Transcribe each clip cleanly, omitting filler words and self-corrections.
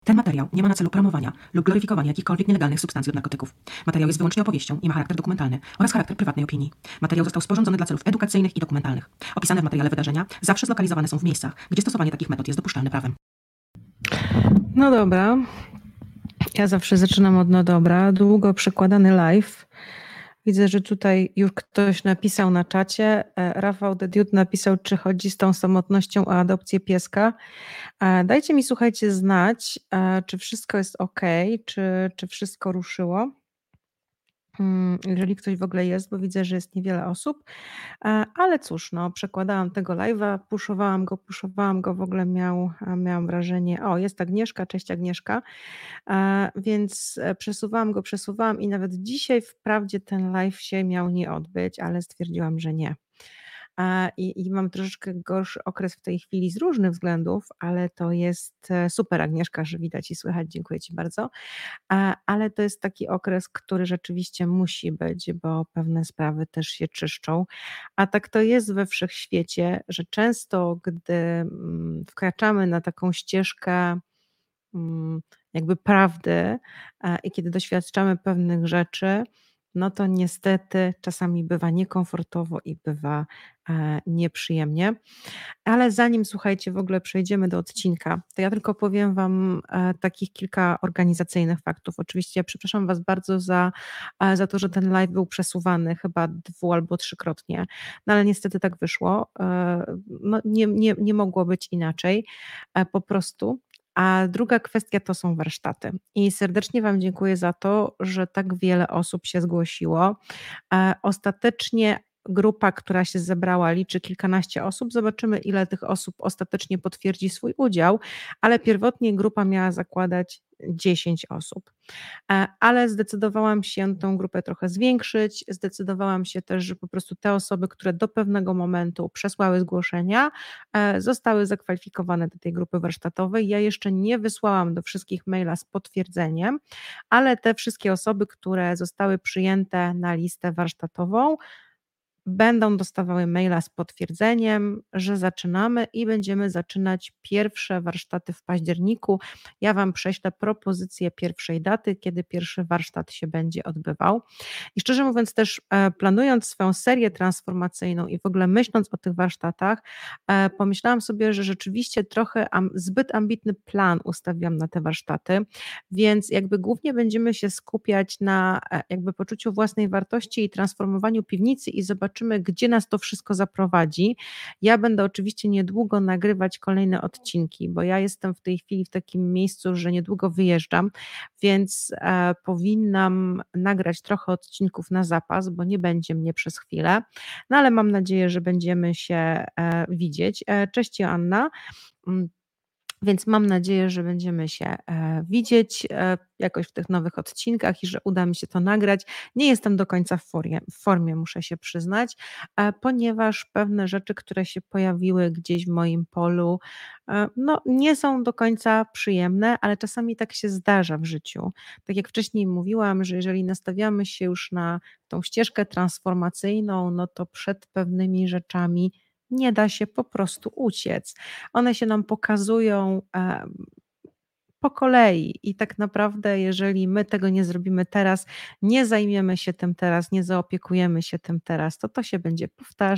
Ten materiał nie ma na celu promowania lub gloryfikowania jakichkolwiek nielegalnych substancji lub narkotyków. Materiał jest wyłącznie opowieścią i ma charakter dokumentalny oraz charakter prywatnej opinii. Materiał został sporządzony dla celów edukacyjnych i dokumentalnych. Opisane w materiale wydarzenia zawsze zlokalizowane są w miejscach, gdzie stosowanie takich metod jest dopuszczalne prawem. No dobra. Ja zawsze zaczynam od no dobra. Długo przekładany live. Widzę, że tutaj już ktoś napisał na czacie. Rafał The Dude napisał, czy chodzi z tą samotnością o adopcję pieska. Dajcie mi, słuchajcie, znać, czy wszystko jest ok, czy wszystko ruszyło. Jeżeli ktoś w ogóle jest, bo widzę, że jest niewiele osób. Ale cóż, no, przekładałam tego live'a, puszowałam go, w ogóle miałam wrażenie, o, jest Agnieszka, cześć Agnieszka, więc przesuwałam i nawet dzisiaj wprawdzie ten live się miał nie odbyć, ale stwierdziłam, że nie. I mam troszeczkę gorszy okres w tej chwili z różnych względów, ale to jest super, Agnieszka, że widać i słychać, dziękuję Ci bardzo. Ale to jest taki okres, który rzeczywiście musi być, bo pewne sprawy też się czyszczą. A tak to jest we wszechświecie, że często, gdy wkraczamy na taką ścieżkę jakby prawdy i kiedy doświadczamy pewnych rzeczy, no to niestety czasami bywa niekomfortowo i bywa nieprzyjemnie. Ale zanim, słuchajcie, w ogóle przejdziemy do odcinka, to ja tylko powiem Wam takich kilka organizacyjnych faktów. Oczywiście ja przepraszam Was bardzo za to, że ten live był przesuwany chyba albo 3-krotnie, no ale niestety tak wyszło. No, nie mogło być inaczej po prostu. A druga kwestia to są warsztaty. I serdecznie Wam dziękuję za to, że tak wiele osób się zgłosiło. Ostatecznie grupa, która się zebrała, liczy kilkanaście osób. Zobaczymy, ile tych osób ostatecznie potwierdzi swój udział, ale pierwotnie grupa miała zakładać 10 osób. Ale zdecydowałam się tę grupę trochę zwiększyć. Zdecydowałam się też, że po prostu te osoby, które do pewnego momentu przesłały zgłoszenia, zostały zakwalifikowane do tej grupy warsztatowej. Ja jeszcze nie wysłałam do wszystkich maila z potwierdzeniem, ale te wszystkie osoby, które zostały przyjęte na listę warsztatową, będą dostawały maila z potwierdzeniem, że zaczynamy i będziemy zaczynać pierwsze warsztaty w październiku. Ja Wam prześlę propozycję pierwszej daty, kiedy pierwszy warsztat się będzie odbywał. I szczerze mówiąc też planując swoją serię transformacyjną i w ogóle myśląc o tych warsztatach, pomyślałam sobie, że rzeczywiście trochę zbyt ambitny plan ustawiam na te warsztaty, więc jakby głównie będziemy się skupiać na jakby poczuciu własnej wartości i transformowaniu piwnicy i zobaczymy, gdzie nas to wszystko zaprowadzi. Ja będę oczywiście niedługo nagrywać kolejne odcinki, bo ja jestem w tej chwili w takim miejscu, że niedługo wyjeżdżam, więc powinnam nagrać trochę odcinków na zapas, bo nie będzie mnie przez chwilę, no ale mam nadzieję, że będziemy się widzieć. Cześć Joanna. Więc mam nadzieję, że będziemy się widzieć jakoś w tych nowych odcinkach i że uda mi się to nagrać. Nie jestem do końca w formie, muszę się przyznać, ponieważ pewne rzeczy, które się pojawiły gdzieś w moim polu, no, nie są do końca przyjemne, ale czasami tak się zdarza w życiu. Tak jak wcześniej mówiłam, że jeżeli nastawiamy się już na tą ścieżkę transformacyjną, no to przed pewnymi rzeczami nie da się po prostu uciec. One się nam pokazują po kolei i tak naprawdę, jeżeli my tego nie zrobimy teraz, nie zajmiemy się tym teraz, nie zaopiekujemy się tym teraz, to się będzie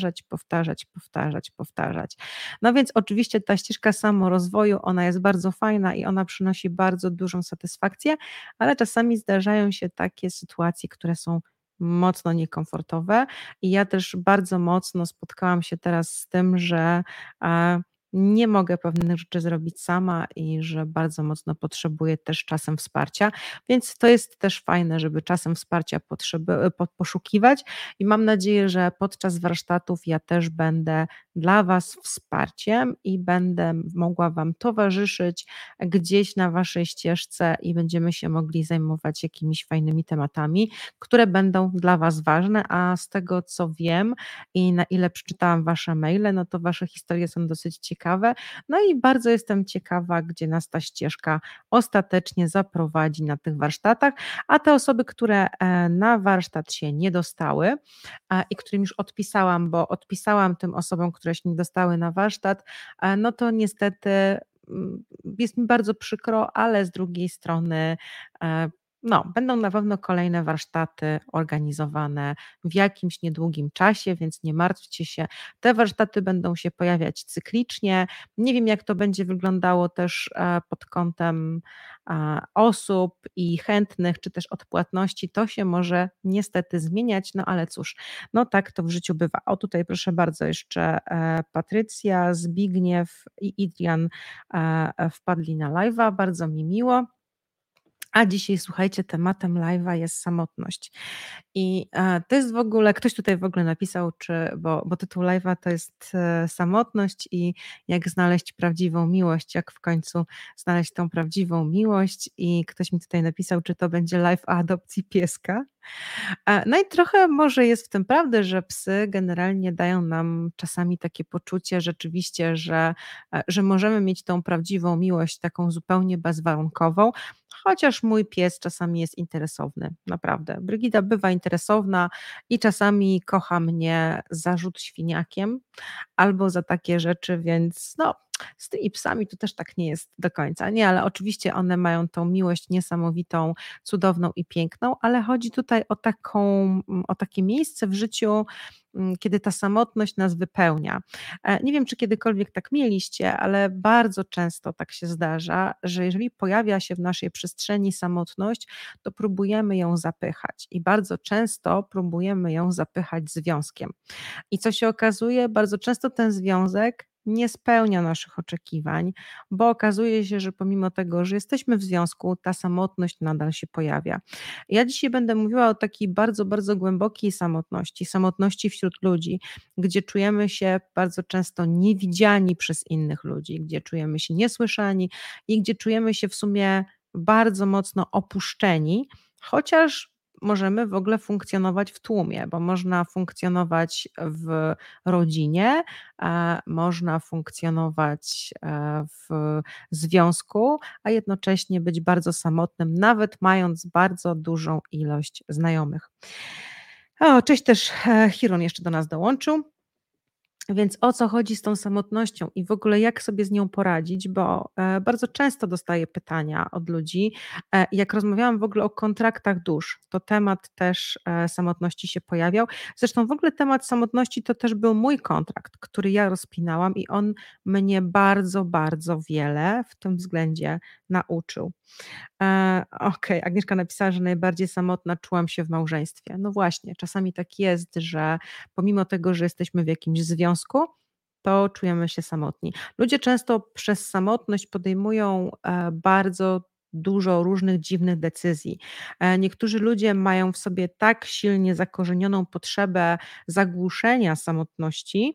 powtarzać. No więc oczywiście ta ścieżka samorozwoju, ona jest bardzo fajna i ona przynosi bardzo dużą satysfakcję, ale czasami zdarzają się takie sytuacje, które są mocno niekomfortowe i ja też bardzo mocno spotkałam się teraz z tym, że nie mogę pewnych rzeczy zrobić sama i że bardzo mocno potrzebuję też czasem wsparcia, więc to jest też fajne, żeby czasem wsparcia poszukiwać i mam nadzieję, że podczas warsztatów ja też będę dla Was wsparciem i będę mogła Wam towarzyszyć gdzieś na Waszej ścieżce i będziemy się mogli zajmować jakimiś fajnymi tematami, które będą dla Was ważne, a z tego co wiem i na ile przeczytałam Wasze maile, no to Wasze historie są dosyć ciekawe, no i bardzo jestem ciekawa, gdzie nas ta ścieżka ostatecznie zaprowadzi na tych warsztatach, a te osoby, które na warsztat się nie dostały i którym już odpisałam, bo odpisałam tym osobom, które się nie dostały na warsztat, no to niestety jest mi bardzo przykro, ale z drugiej strony no, będą na pewno kolejne warsztaty organizowane w jakimś niedługim czasie, więc nie martwcie się. Te warsztaty będą się pojawiać cyklicznie. Nie wiem, jak to będzie wyglądało też pod kątem osób i chętnych, czy też odpłatności. To się może niestety zmieniać, no ale cóż, no tak to w życiu bywa. O tutaj proszę bardzo jeszcze Patrycja, Zbigniew i Adrian wpadli na live'a, bardzo mi miło. A dzisiaj, słuchajcie, tematem live'a jest samotność. I to jest w ogóle, ktoś tutaj w ogóle napisał, bo tytuł live'a to jest samotność i jak znaleźć prawdziwą miłość, jak w końcu znaleźć tą prawdziwą miłość. I ktoś mi tutaj napisał, czy to będzie live o adopcji pieska. No i trochę może jest w tym prawdy, że psy generalnie dają nam czasami takie poczucie rzeczywiście, że możemy mieć tą prawdziwą miłość, taką zupełnie bezwarunkową, chociaż mój pies czasami jest interesowny, naprawdę. Brygida bywa interesowna i czasami kocha mnie za rzut świniakiem albo za takie rzeczy, więc no, z tymi psami to też tak nie jest do końca. Nie, ale oczywiście one mają tą miłość niesamowitą, cudowną i piękną, ale chodzi tutaj o takie miejsce w życiu, kiedy ta samotność nas wypełnia. Nie wiem, czy kiedykolwiek tak mieliście, ale bardzo często tak się zdarza, że jeżeli pojawia się w naszej przestrzeni samotność, to próbujemy ją zapychać i bardzo często próbujemy ją zapychać związkiem. I co się okazuje, bardzo często ten związek nie spełnia naszych oczekiwań, bo okazuje się, że pomimo tego, że jesteśmy w związku, ta samotność nadal się pojawia. Ja dzisiaj będę mówiła o takiej bardzo, bardzo głębokiej samotności, samotności wśród ludzi, gdzie czujemy się bardzo często niewidziani przez innych ludzi, gdzie czujemy się niesłyszani i gdzie czujemy się w sumie bardzo mocno opuszczeni, chociaż możemy w ogóle funkcjonować w tłumie, bo można funkcjonować w rodzinie, można funkcjonować w związku, a jednocześnie być bardzo samotnym, nawet mając bardzo dużą ilość znajomych. O, cześć też Chiron jeszcze do nas dołączył. Więc o co chodzi z tą samotnością i w ogóle jak sobie z nią poradzić, bo bardzo często dostaję pytania od ludzi. Jak rozmawiałam w ogóle o kontraktach dusz, to temat też samotności się pojawiał. Zresztą w ogóle temat samotności to też był mój kontrakt, który ja rozpinałam i on mnie bardzo, bardzo wiele w tym względzie nauczył. Okej, Agnieszka napisała, że najbardziej samotna czułam się w małżeństwie. No właśnie, czasami tak jest, że pomimo tego, że jesteśmy w jakimś związku, to czujemy się samotni. Ludzie często przez samotność podejmują bardzo dużo różnych dziwnych decyzji. Niektórzy ludzie mają w sobie tak silnie zakorzenioną potrzebę zagłuszenia samotności,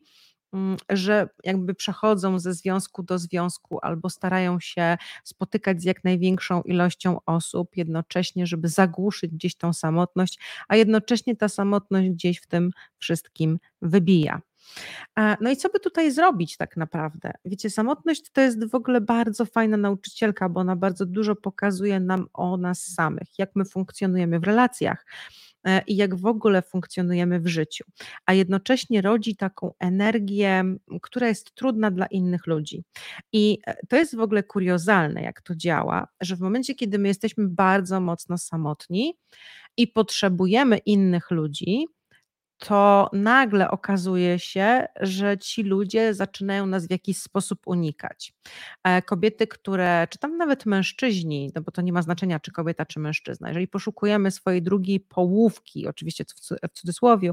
że jakby przechodzą ze związku do związku albo starają się spotykać z jak największą ilością osób jednocześnie, żeby zagłuszyć gdzieś tą samotność, a jednocześnie ta samotność gdzieś w tym wszystkim wybija. No i co by tutaj zrobić tak naprawdę? Wiecie, samotność to jest w ogóle bardzo fajna nauczycielka, bo ona bardzo dużo pokazuje nam o nas samych, jak my funkcjonujemy w relacjach i jak w ogóle funkcjonujemy w życiu, a jednocześnie rodzi taką energię, która jest trudna dla innych ludzi. I to jest w ogóle kuriozalne, jak to działa, że w momencie, kiedy my jesteśmy bardzo mocno samotni i potrzebujemy innych ludzi, to nagle okazuje się, że ci ludzie zaczynają nas w jakiś sposób unikać. Kobiety, czy tam nawet mężczyźni, no bo to nie ma znaczenia, czy kobieta, czy mężczyzna, jeżeli poszukujemy swojej drugiej połówki, oczywiście w cudzysłowie,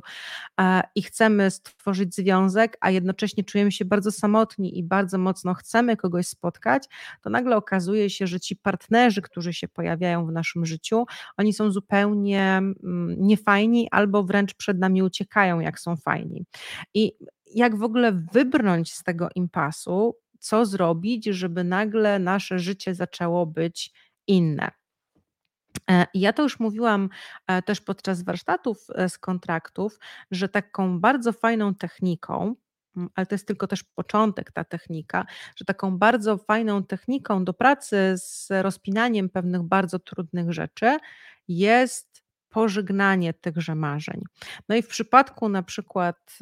i chcemy stworzyć związek, a jednocześnie czujemy się bardzo samotni i bardzo mocno chcemy kogoś spotkać, to nagle okazuje się, że ci partnerzy, którzy się pojawiają w naszym życiu, oni są zupełnie niefajni albo wręcz przed nami uciekają, jak są fajni. I jak w ogóle wybrnąć z tego impasu, co zrobić, żeby nagle nasze życie zaczęło być inne. Ja to już mówiłam też podczas warsztatów z kontraktów, że taką bardzo fajną techniką, ale to jest tylko też początek ta technika, że taką bardzo fajną techniką do pracy z rozpinaniem pewnych bardzo trudnych rzeczy jest pożegnanie tychże marzeń. No i w przypadku na przykład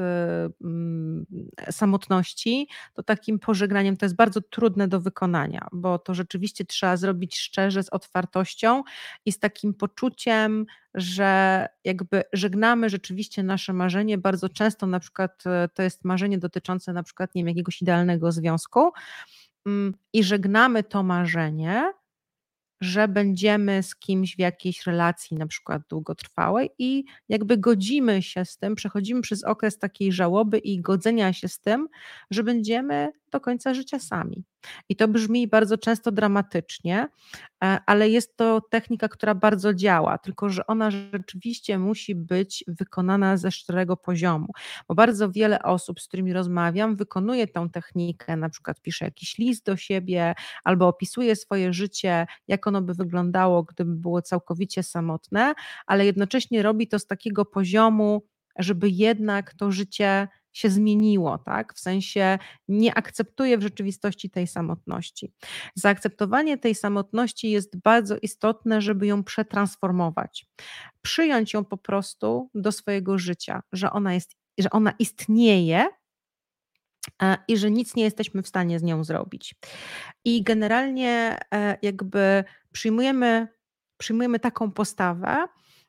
samotności, to takim pożegnaniem to jest bardzo trudne do wykonania, bo to rzeczywiście trzeba zrobić szczerze, z otwartością i z takim poczuciem, że jakby żegnamy rzeczywiście nasze marzenie. Bardzo często na przykład to jest marzenie dotyczące na przykład, nie wiem, jakiegoś idealnego związku, i żegnamy to marzenie, że będziemy z kimś w jakiejś relacji, na przykład długotrwałej, i jakby godzimy się z tym, przechodzimy przez okres takiej żałoby i godzenia się z tym, że będziemy do końca życia sami. I to brzmi bardzo często dramatycznie, ale jest to technika, która bardzo działa, tylko że ona rzeczywiście musi być wykonana ze szczerego poziomu, bo bardzo wiele osób, z którymi rozmawiam, wykonuje tę technikę, na przykład pisze jakiś list do siebie albo opisuje swoje życie, jak ono by wyglądało, gdyby było całkowicie samotne, ale jednocześnie robi to z takiego poziomu, żeby jednak to życie się zmieniło, tak? W sensie nie akceptuje w rzeczywistości tej samotności. Zaakceptowanie tej samotności jest bardzo istotne, żeby ją przetransformować. Przyjąć ją po prostu do swojego życia, że ona istnieje i że nic nie jesteśmy w stanie z nią zrobić. I generalnie jakby przyjmujemy taką postawę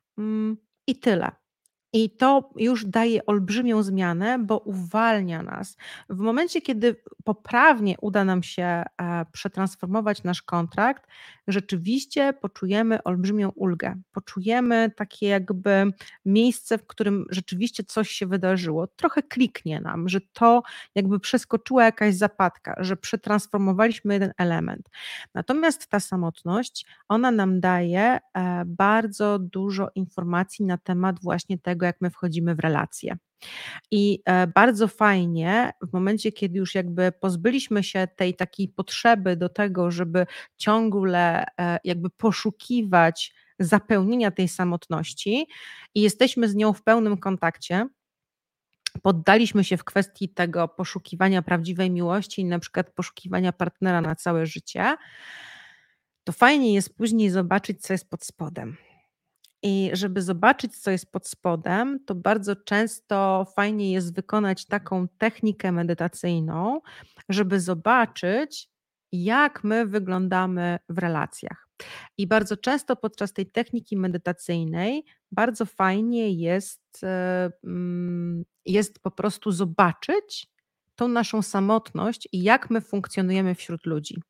i tyle. I to już daje olbrzymią zmianę, bo uwalnia nas. W momencie, kiedy poprawnie uda nam się przetransformować nasz kontrakt, rzeczywiście poczujemy olbrzymią ulgę. Poczujemy takie jakby miejsce, w którym rzeczywiście coś się wydarzyło. Trochę kliknie nam, że to jakby przeskoczyła jakaś zapadka, że przetransformowaliśmy jeden element. Natomiast ta samotność, ona nam daje bardzo dużo informacji na temat właśnie tego, jak my wchodzimy w relacje. I bardzo fajnie w momencie, kiedy już jakby pozbyliśmy się tej takiej potrzeby do tego, żeby ciągle jakby poszukiwać zapełnienia tej samotności i jesteśmy z nią w pełnym kontakcie, poddaliśmy się w kwestii tego poszukiwania prawdziwej miłości i na przykład poszukiwania partnera na całe życie, to fajnie jest później zobaczyć, co jest pod spodem. I żeby zobaczyć, co jest pod spodem, to bardzo często fajnie jest wykonać taką technikę medytacyjną, żeby zobaczyć, jak my wyglądamy w relacjach. I bardzo często podczas tej techniki medytacyjnej bardzo fajnie jest po prostu zobaczyć tą naszą samotność i jak my funkcjonujemy wśród ludzi.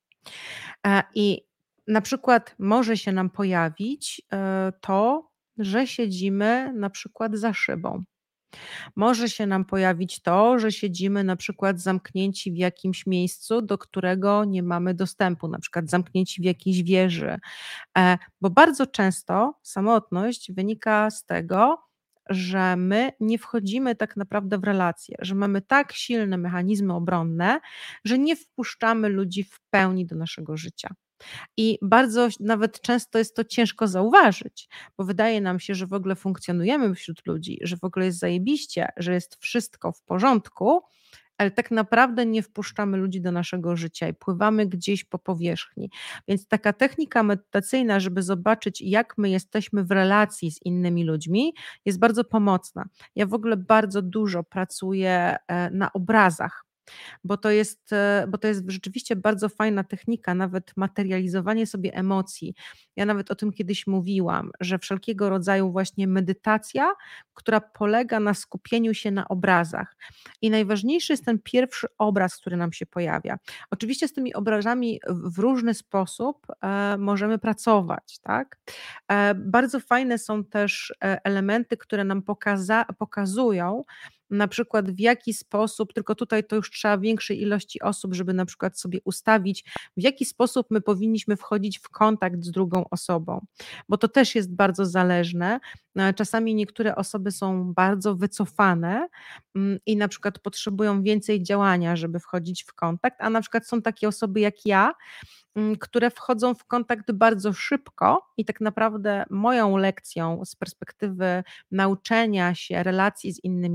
I na przykład może się nam pojawić to, że siedzimy na przykład za szybą. Może się nam pojawić to, że siedzimy na przykład zamknięci w jakimś miejscu, do którego nie mamy dostępu, na przykład zamknięci w jakiejś wieży, bo bardzo często samotność wynika z tego, że my nie wchodzimy tak naprawdę w relacje, że mamy tak silne mechanizmy obronne, że nie wpuszczamy ludzi w pełni do naszego życia. I bardzo nawet często jest to ciężko zauważyć, bo wydaje nam się, że w ogóle funkcjonujemy wśród ludzi, że w ogóle jest zajebiście, że jest wszystko w porządku, ale tak naprawdę nie wpuszczamy ludzi do naszego życia i pływamy gdzieś po powierzchni. Więc taka technika medytacyjna, żeby zobaczyć, jak my jesteśmy w relacji z innymi ludźmi, jest bardzo pomocna. Ja w ogóle bardzo dużo pracuję na obrazach, bo to jest rzeczywiście bardzo fajna technika, nawet materializowanie sobie emocji. Ja nawet o tym kiedyś mówiłam, że wszelkiego rodzaju właśnie medytacja, która polega na skupieniu się na obrazach. I najważniejszy jest ten pierwszy obraz, który nam się pojawia. Oczywiście z tymi obrazami w różny sposób możemy pracować, tak? Bardzo fajne są też elementy, które nam pokazują, na przykład w jaki sposób, tylko tutaj to już trzeba większej ilości osób, żeby na przykład sobie ustawić, w jaki sposób my powinniśmy wchodzić w kontakt z drugą osobą, bo to też jest bardzo zależne. Czasami niektóre osoby są bardzo wycofane i na przykład potrzebują więcej działania, żeby wchodzić w kontakt, a na przykład są takie osoby jak ja, które wchodzą w kontakt bardzo szybko i tak naprawdę moją lekcją z perspektywy nauczenia się relacji z innymi ludźmi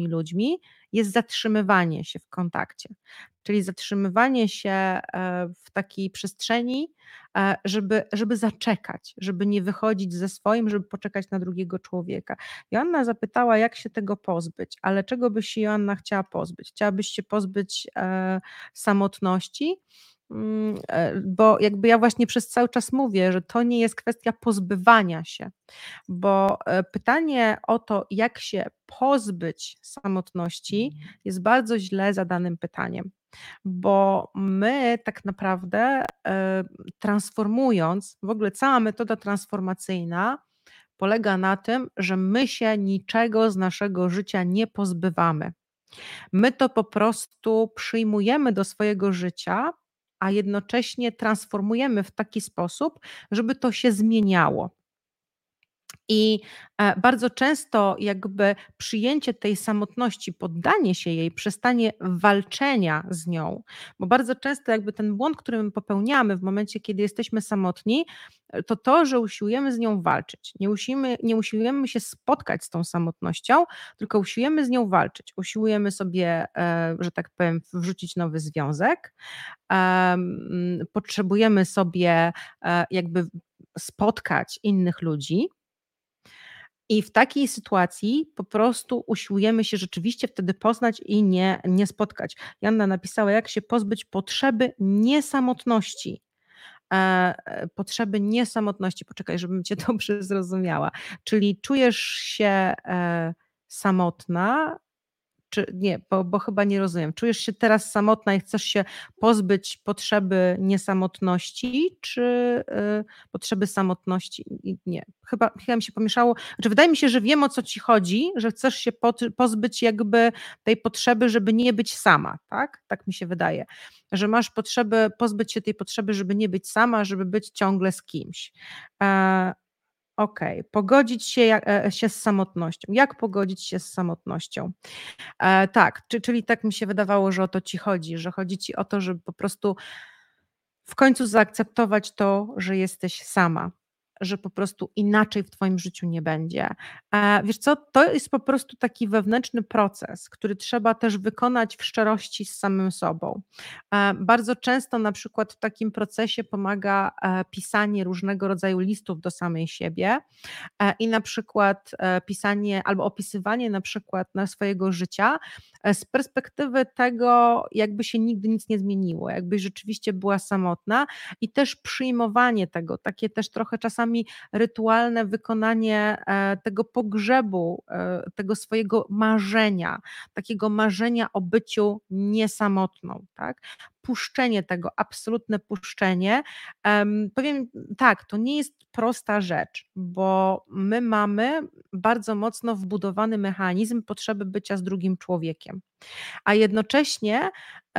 samotni, jest zatrzymywanie się w kontakcie. Czyli zatrzymywanie się w takiej przestrzeni, żeby zaczekać, żeby nie wychodzić ze swoim, żeby poczekać na drugiego człowieka. Joanna zapytała, jak się tego pozbyć, ale czego byś się, Joanna, chciała pozbyć? Chciałabyś się pozbyć samotności? Bo jakby ja właśnie przez cały czas mówię, że to nie jest kwestia pozbywania się, bo pytanie o to, jak się pozbyć samotności, jest bardzo źle zadanym pytaniem, bo my tak naprawdę transformując, w ogóle cała metoda transformacyjna polega na tym, że my się niczego z naszego życia nie pozbywamy. My to po prostu przyjmujemy do swojego życia, a jednocześnie transformujemy w taki sposób, żeby to się zmieniało. I bardzo często jakby przyjęcie tej samotności, poddanie się jej, przestanie walczenia z nią, bo bardzo często jakby ten błąd, który my popełniamy w momencie, kiedy jesteśmy samotni, to, że usiłujemy z nią walczyć. Nie usiłujemy się spotkać z tą samotnością, tylko usiłujemy z nią walczyć. Usiłujemy sobie, że tak powiem, wrzucić nowy związek, potrzebujemy sobie jakby spotkać innych ludzi, i w takiej sytuacji po prostu usiłujemy się rzeczywiście wtedy poznać i nie spotkać. Janna napisała, jak się pozbyć potrzeby niesamotności. Potrzeby niesamotności. Poczekaj, żebym cię dobrze zrozumiała. Czyli czujesz się samotna, czy nie, bo chyba nie rozumiem. Czujesz się teraz samotna i chcesz się pozbyć potrzeby niesamotności, czy potrzeby samotności? Nie, chyba mi się pomieszało. Znaczy, wydaje mi się, że wiem, o co ci chodzi, że chcesz się pozbyć jakby tej potrzeby, żeby nie być sama, tak? Tak mi się wydaje, że masz potrzebę pozbyć się tej potrzeby, żeby nie być sama, żeby być ciągle z kimś. Okej, pogodzić się z samotnością. Jak pogodzić się z samotnością? Tak, czyli tak mi się wydawało, że o to ci chodzi, że chodzi ci o to, żeby po prostu w końcu zaakceptować to, że jesteś sama, że po prostu inaczej w twoim życiu nie będzie. Wiesz co, to jest po prostu taki wewnętrzny proces, który trzeba też wykonać w szczerości z samym sobą. Bardzo często na przykład w takim procesie pomaga pisanie różnego rodzaju listów do samej siebie, i na przykład pisanie albo opisywanie na przykład swojego życia z perspektywy tego, jakby się nigdy nic nie zmieniło, jakbyś rzeczywiście była samotna, i też przyjmowanie tego, takie też trochę czasami rytualne wykonanie tego pogrzebu, tego swojego marzenia, takiego marzenia o byciu niesamotną, tak? Puszczenie tego, absolutne puszczenie. Powiem tak, to nie jest prosta rzecz, bo my mamy bardzo mocno wbudowany mechanizm potrzeby bycia z drugim człowiekiem, a jednocześnie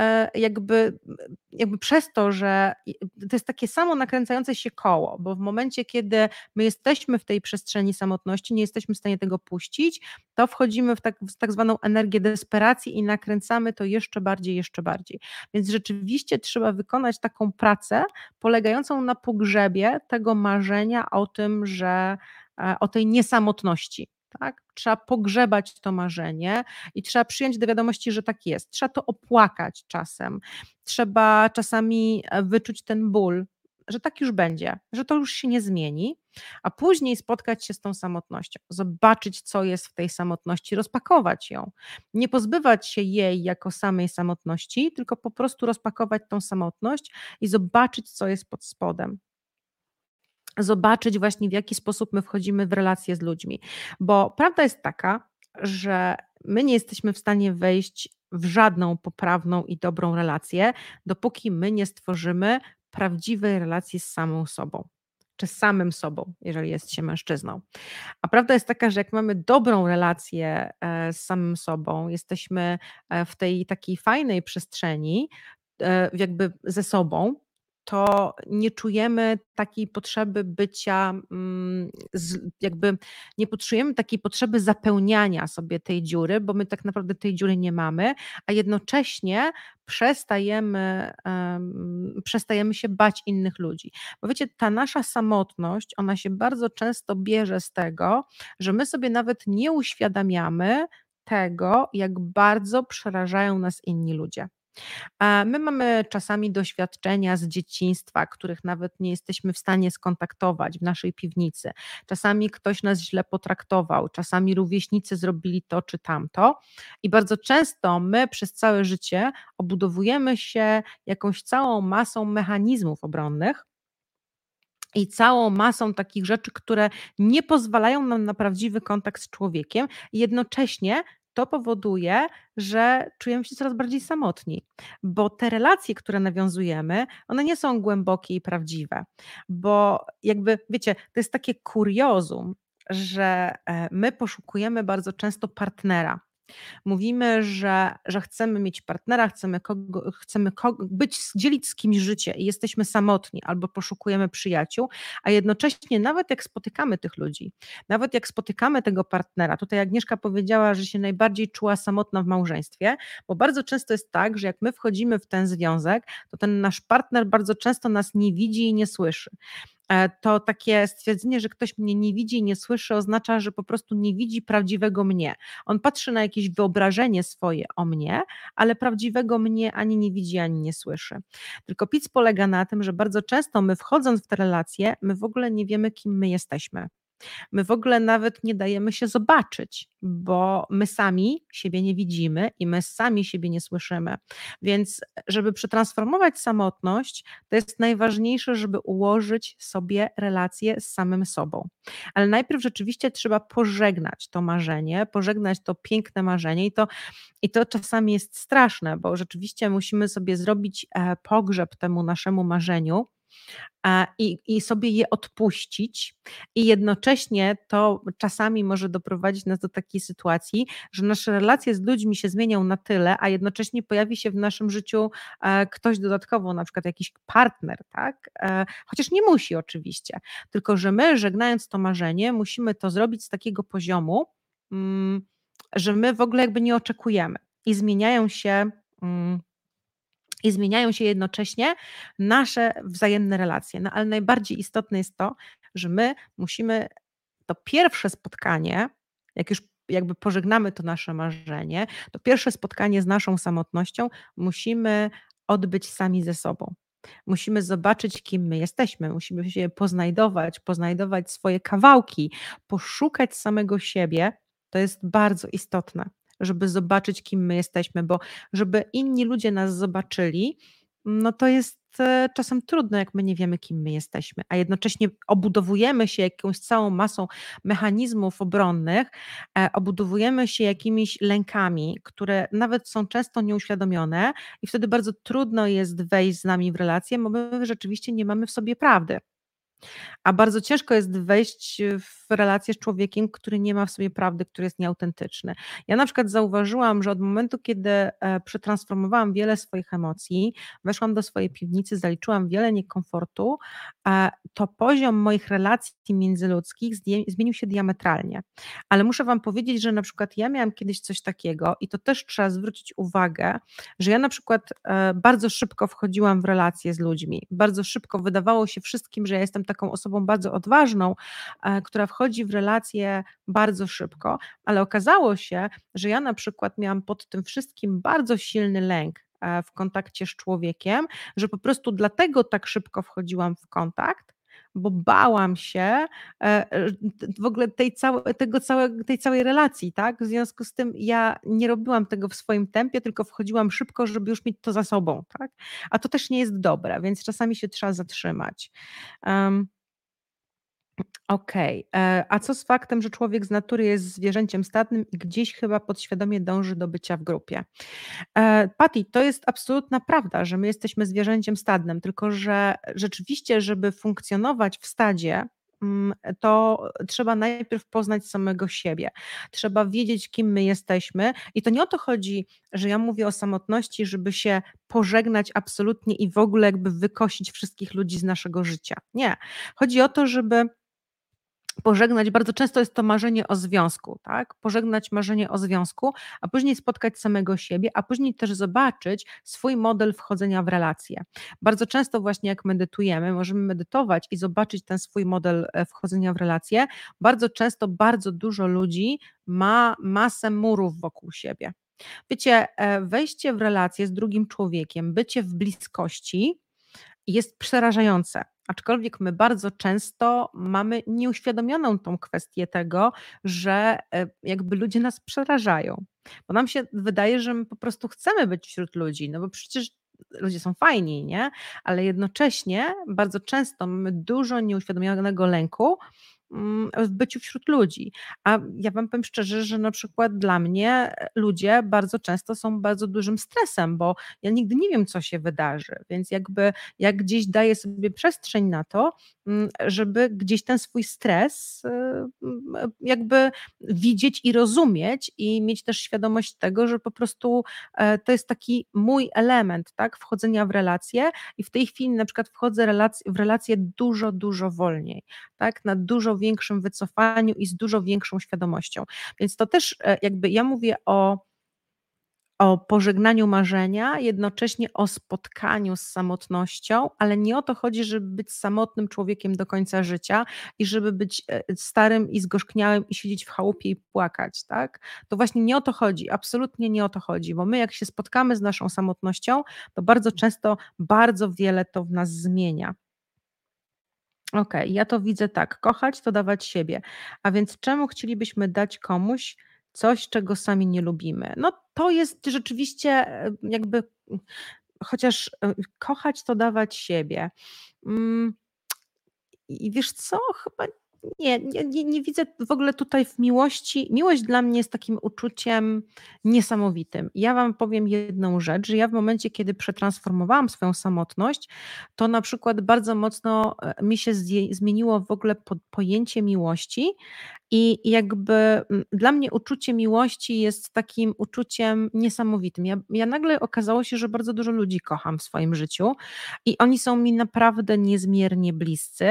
jakby przez to, że to jest takie samo nakręcające się koło, bo w momencie, kiedy my jesteśmy w tej przestrzeni samotności, nie jesteśmy w stanie tego puścić, to wchodzimy w tak zwaną energię desperacji i nakręcamy to jeszcze bardziej, jeszcze bardziej. Więc rzeczywiście trzeba wykonać taką pracę polegającą na pogrzebie tego marzenia o tym, że o tej niesamotności. Tak? Trzeba pogrzebać to marzenie i trzeba przyjąć do wiadomości, że tak jest. Trzeba to opłakać czasem. Trzeba czasami wyczuć ten ból, że tak już będzie, że to już się nie zmieni, a później spotkać się z tą samotnością, zobaczyć, co jest w tej samotności, rozpakować ją. Nie pozbywać się jej jako samej samotności, tylko po prostu rozpakować tą samotność i zobaczyć, co jest pod spodem. Zobaczyć właśnie, w jaki sposób my wchodzimy w relacje z ludźmi. Bo prawda jest taka, że my nie jesteśmy w stanie wejść w żadną poprawną i dobrą relację, dopóki my nie stworzymy prawdziwej relacji z samą sobą, czy z samym sobą, jeżeli jest się mężczyzną. A prawda jest taka, że jak mamy dobrą relację z samym sobą, jesteśmy w tej takiej fajnej przestrzeni, jakby ze sobą, to nie czujemy takiej potrzeby bycia, jakby nie poczujemy takiej potrzeby zapełniania sobie tej dziury, bo my tak naprawdę tej dziury nie mamy, a jednocześnie przestajemy się bać innych ludzi. Bo wiecie, ta nasza samotność, ona się bardzo często bierze z tego, że my sobie nawet nie uświadamiamy tego, jak bardzo przerażają nas inni ludzie. A my mamy czasami doświadczenia z dzieciństwa, których nawet nie jesteśmy w stanie skontaktować w naszej piwnicy. Czasami ktoś nas źle potraktował, czasami rówieśnicy zrobili to czy tamto. I bardzo często my przez całe życie obudowujemy się jakąś całą masą mechanizmów obronnych, i całą masą takich rzeczy, które nie pozwalają nam na prawdziwy kontakt z człowiekiem, i jednocześnie to powoduje, że czujemy się coraz bardziej samotni, bo te relacje, które nawiązujemy, one nie są głębokie i prawdziwe, bo jakby, wiecie, to jest takie kuriozum, że my poszukujemy bardzo często partnera. Mówimy, że chcemy mieć partnera, dzielić z kimś życie i jesteśmy samotni albo poszukujemy przyjaciół, a jednocześnie nawet jak spotykamy tych ludzi, nawet jak spotykamy tego partnera, tutaj Agnieszka powiedziała, że się najbardziej czuła samotna w małżeństwie, bo bardzo często jest tak, że jak my wchodzimy w ten związek, to ten nasz partner bardzo często nas nie widzi i nie słyszy. To takie stwierdzenie, że ktoś mnie nie widzi i nie słyszy, oznacza, że po prostu nie widzi prawdziwego mnie. On patrzy na jakieś wyobrażenie swoje o mnie, ale prawdziwego mnie ani nie widzi, ani nie słyszy. Tylko pic polega na tym, że bardzo często my wchodząc w te relacje, my w ogóle nie wiemy, kim my jesteśmy. My w ogóle nawet nie dajemy się zobaczyć, bo my sami siebie nie widzimy i my sami siebie nie słyszymy. Więc żeby przetransformować samotność, to jest najważniejsze, żeby ułożyć sobie relacje z samym sobą. Ale najpierw rzeczywiście trzeba pożegnać to marzenie, pożegnać to piękne marzenie i to czasami jest straszne, bo rzeczywiście musimy sobie zrobić pogrzeb temu naszemu marzeniu, i sobie je odpuścić. I jednocześnie to czasami może doprowadzić nas do takiej sytuacji, że nasze relacje z ludźmi się zmienią na tyle, a jednocześnie pojawi się w naszym życiu ktoś dodatkowo, na przykład jakiś partner, tak? Chociaż nie musi oczywiście, tylko że my, żegnając to marzenie, musimy to zrobić z takiego poziomu, mm, że my w ogóle jakby nie oczekujemy i mm, zmieniają się jednocześnie nasze wzajemne relacje. No ale najbardziej istotne jest to, że my musimy to pierwsze spotkanie, jak już jakby pożegnamy to nasze marzenie, to pierwsze spotkanie z naszą samotnością musimy odbyć sami ze sobą. Musimy zobaczyć, kim my jesteśmy, musimy się poznajdować swoje kawałki, poszukać samego siebie. To jest bardzo istotne, żeby zobaczyć, kim my jesteśmy, bo żeby inni ludzie nas zobaczyli, no to jest czasem trudno, jak my nie wiemy, kim my jesteśmy, a jednocześnie obudowujemy się jakąś całą masą mechanizmów obronnych, obudowujemy się jakimiś lękami, które nawet są często nieuświadomione i wtedy bardzo trudno jest wejść z nami w relację, bo my rzeczywiście nie mamy w sobie prawdy. A bardzo ciężko jest wejść w relację z człowiekiem, który nie ma w sobie prawdy, który jest nieautentyczny. Ja na przykład zauważyłam, że od momentu, kiedy przetransformowałam wiele swoich emocji, weszłam do swojej piwnicy, zaliczyłam wiele niekomfortu, to poziom moich relacji międzyludzkich zmienił się diametralnie. Ale muszę wam powiedzieć, że na przykład ja miałam kiedyś coś takiego i to też trzeba zwrócić uwagę, że ja na przykład bardzo szybko wchodziłam w relacje z ludźmi. Bardzo szybko wydawało się wszystkim, że ja jestem taką osobą bardzo odważną, która wchodzi w relacje bardzo szybko, ale okazało się, że ja na przykład miałam pod tym wszystkim bardzo silny lęk w kontakcie z człowiekiem, że po prostu dlatego tak szybko wchodziłam w kontakt, bo bałam się w ogóle tej całej relacji, tak? W związku z tym ja nie robiłam tego w swoim tempie, tylko wchodziłam szybko, żeby już mieć to za sobą, tak? A to też nie jest dobre, więc czasami się trzeba zatrzymać. Okej. A co z faktem, że człowiek z natury jest zwierzęciem stadnym i gdzieś chyba podświadomie dąży do bycia w grupie? Patty, to jest absolutna prawda, że my jesteśmy zwierzęciem stadnym, tylko że rzeczywiście, żeby funkcjonować w stadzie, to trzeba najpierw poznać samego siebie. Trzeba wiedzieć, kim my jesteśmy. I to nie o to chodzi, że ja mówię o samotności, żeby się pożegnać absolutnie i w ogóle jakby wykosić wszystkich ludzi z naszego życia. Nie. Chodzi o to, żeby pożegnać, bardzo często jest to marzenie o związku, tak? Pożegnać marzenie o związku, a później spotkać samego siebie, a później też zobaczyć swój model wchodzenia w relacje. Bardzo często właśnie jak medytujemy, możemy medytować i zobaczyć ten swój model wchodzenia w relacje. Bardzo często bardzo dużo ludzi ma masę murów wokół siebie. Wiecie, wejście w relację z drugim człowiekiem, bycie w bliskości jest przerażające. Aczkolwiek my bardzo często mamy nieuświadomioną tą kwestię tego, że jakby ludzie nas przerażają. Bo nam się wydaje, że my po prostu chcemy być wśród ludzi, no bo przecież ludzie są fajni, nie? Ale jednocześnie bardzo często mamy dużo nieuświadomionego lęku w byciu wśród ludzi. A ja wam powiem szczerze, że na przykład dla mnie ludzie bardzo często są bardzo dużym stresem, bo ja nigdy nie wiem, co się wydarzy, więc jakby jak gdzieś daję sobie przestrzeń na to, żeby gdzieś ten swój stres jakby widzieć i rozumieć i mieć też świadomość tego, że po prostu to jest taki mój element, tak, wchodzenia w relacje i w tej chwili na przykład wchodzę w relacje dużo, dużo wolniej, tak, na dużo większym wycofaniu i z dużo większą świadomością. Więc to też jakby ja mówię o pożegnaniu marzenia, jednocześnie o spotkaniu z samotnością, ale nie o to chodzi, żeby być samotnym człowiekiem do końca życia i żeby być starym i zgorzkniałym i siedzieć w chałupie i płakać, tak? To właśnie nie o to chodzi, absolutnie nie o to chodzi, bo my jak się spotkamy z naszą samotnością, to bardzo często bardzo wiele to w nas zmienia. Okej, ja to widzę tak. Kochać to dawać siebie. A więc czemu chcielibyśmy dać komuś coś, czego sami nie lubimy? No to jest rzeczywiście jakby, chociaż kochać to dawać siebie. Mm, i wiesz co? Chyba nie widzę w ogóle tutaj w miłości. Miłość dla mnie jest takim uczuciem niesamowitym. Ja wam powiem jedną rzecz, że ja w momencie, kiedy przetransformowałam swoją samotność, to na przykład bardzo mocno mi się zmieniło w ogóle pojęcie miłości i jakby dla mnie uczucie miłości jest takim uczuciem niesamowitym. Ja nagle okazało się, że bardzo dużo ludzi kocham w swoim życiu i oni są mi naprawdę niezmiernie bliscy.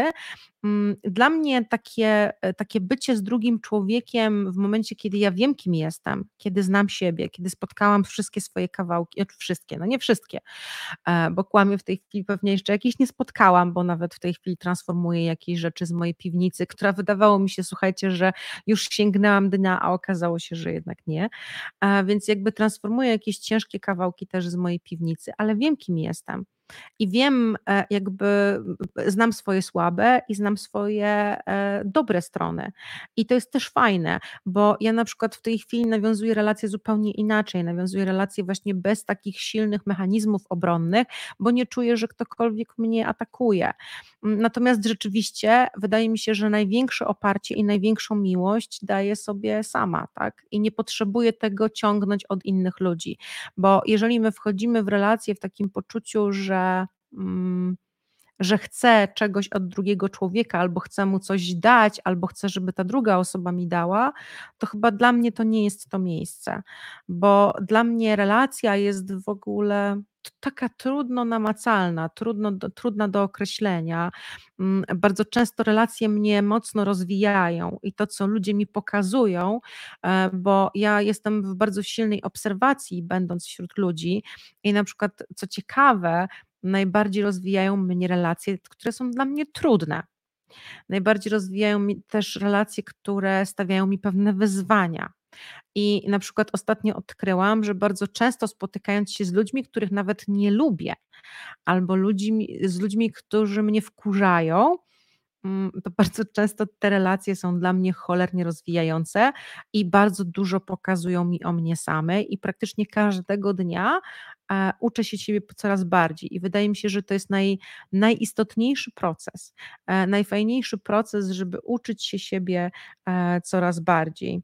Dla mnie takie bycie z drugim człowiekiem w momencie, kiedy ja wiem, kim jestem, kiedy znam siebie, kiedy spotkałam wszystkie swoje kawałki, wszystkie, no nie wszystkie, bo kłamię w tej chwili, pewnie jeszcze jakieś nie spotkałam, bo nawet w tej chwili transformuję jakieś rzeczy z mojej piwnicy, która wydawało mi się, słuchajcie, że już sięgnęłam dna, a okazało się, że jednak nie. Więc jakby transformuję jakieś ciężkie kawałki też z mojej piwnicy, ale wiem, kim jestem. I wiem, jakby znam swoje słabe i znam swoje dobre strony. I to jest też fajne, bo ja na przykład w tej chwili nawiązuję relacje zupełnie inaczej. Nawiązuję relacje właśnie bez takich silnych mechanizmów obronnych, bo nie czuję, że ktokolwiek mnie atakuje. Natomiast rzeczywiście wydaje mi się, że największe oparcie i największą miłość daję sobie sama, tak? I nie potrzebuję tego ciągnąć od innych ludzi, bo jeżeli my wchodzimy w relacje w takim poczuciu, mm, że chcę czegoś od drugiego człowieka, albo chcę mu coś dać, albo chcę, żeby ta druga osoba mi dała, to chyba dla mnie to nie jest to miejsce, bo dla mnie relacja jest w ogóle taka trudno namacalna, trudna do określenia. Bardzo często relacje mnie mocno rozwijają i to, co ludzie mi pokazują, bo ja jestem w bardzo silnej obserwacji, będąc wśród ludzi i na przykład, co ciekawe, najbardziej rozwijają mnie relacje, które są dla mnie trudne. Najbardziej rozwijają mi też relacje, które stawiają mi pewne wyzwania. I na przykład ostatnio odkryłam, że bardzo często spotykając się z ludźmi, których nawet nie lubię, albo z ludźmi, którzy mnie wkurzają, to bardzo często te relacje są dla mnie cholernie rozwijające i bardzo dużo pokazują mi o mnie samej i praktycznie każdego dnia uczę się siebie coraz bardziej i wydaje mi się, że to jest najistotniejszy proces, najfajniejszy proces, żeby uczyć się siebie coraz bardziej.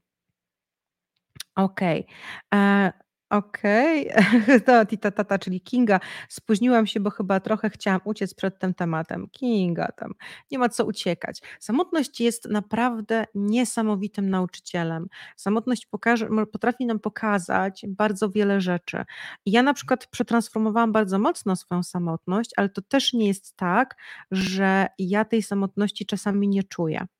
Okej. E, okej. To Tita Tata, czyli Kinga. Spóźniłam się, bo chyba trochę chciałam uciec przed tym tematem. Kinga tam, nie ma co uciekać. Samotność jest naprawdę niesamowitym nauczycielem. Samotność potrafi nam pokazać bardzo wiele rzeczy. I ja na przykład przetransformowałam bardzo mocno swoją samotność, ale to też nie jest tak, że ja tej samotności czasami nie czuję.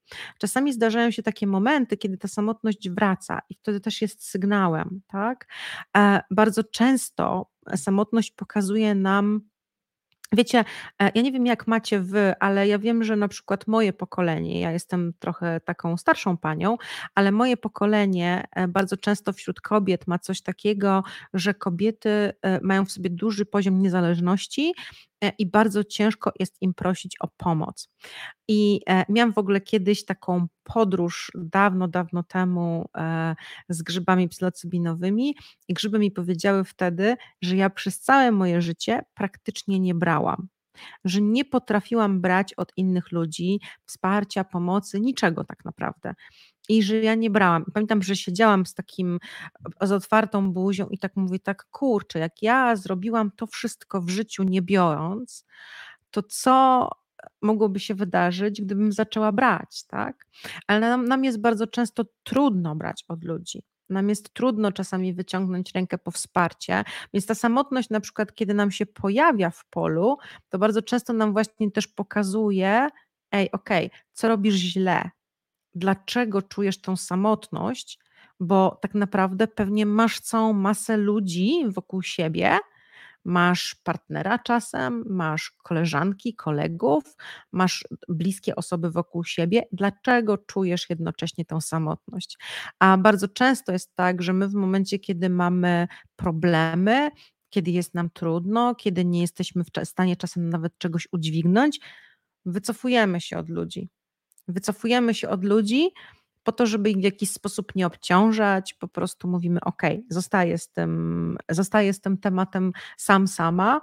Czasami zdarzają się takie momenty, kiedy ta samotność wraca i wtedy też jest sygnałem, tak? Bardzo często samotność pokazuje nam. Wiecie, ja nie wiem jak macie wy, ale ja wiem, że na przykład moje pokolenie, ja jestem trochę taką starszą panią, ale moje pokolenie bardzo często wśród kobiet ma coś takiego, że kobiety mają w sobie duży poziom niezależności i bardzo ciężko jest im prosić o pomoc. I miałam w ogóle kiedyś taką podróż dawno, dawno temu z grzybami psylocybinowymi i grzyby mi powiedziały wtedy, że ja przez całe moje życie praktycznie nie brałam, że nie potrafiłam brać od innych ludzi wsparcia, pomocy, niczego tak naprawdę. I że ja nie brałam. Pamiętam, że siedziałam z otwartą buzią i tak mówię, tak kurczę, jak ja zrobiłam to wszystko w życiu nie biorąc, to co mogłoby się wydarzyć, gdybym zaczęła brać, tak? Ale nam jest bardzo często trudno brać od ludzi. Nam jest trudno czasami wyciągnąć rękę po wsparcie, więc ta samotność, na przykład, kiedy nam się pojawia w polu, to bardzo często nam właśnie też pokazuje, ej, okej, co robisz źle, dlaczego czujesz tą samotność, bo tak naprawdę pewnie masz całą masę ludzi wokół siebie, masz partnera czasem, masz koleżanki, kolegów, masz bliskie osoby wokół siebie. Dlaczego czujesz jednocześnie tą samotność? A bardzo często jest tak, że my w momencie, kiedy mamy problemy, kiedy jest nam trudno, kiedy nie jesteśmy w stanie czasem nawet czegoś udźwignąć, wycofujemy się od ludzi. Wycofujemy się od ludzi po to, żeby ich w jakiś sposób nie obciążać, po prostu mówimy: „Ok, zostaję z tym tematem sama”,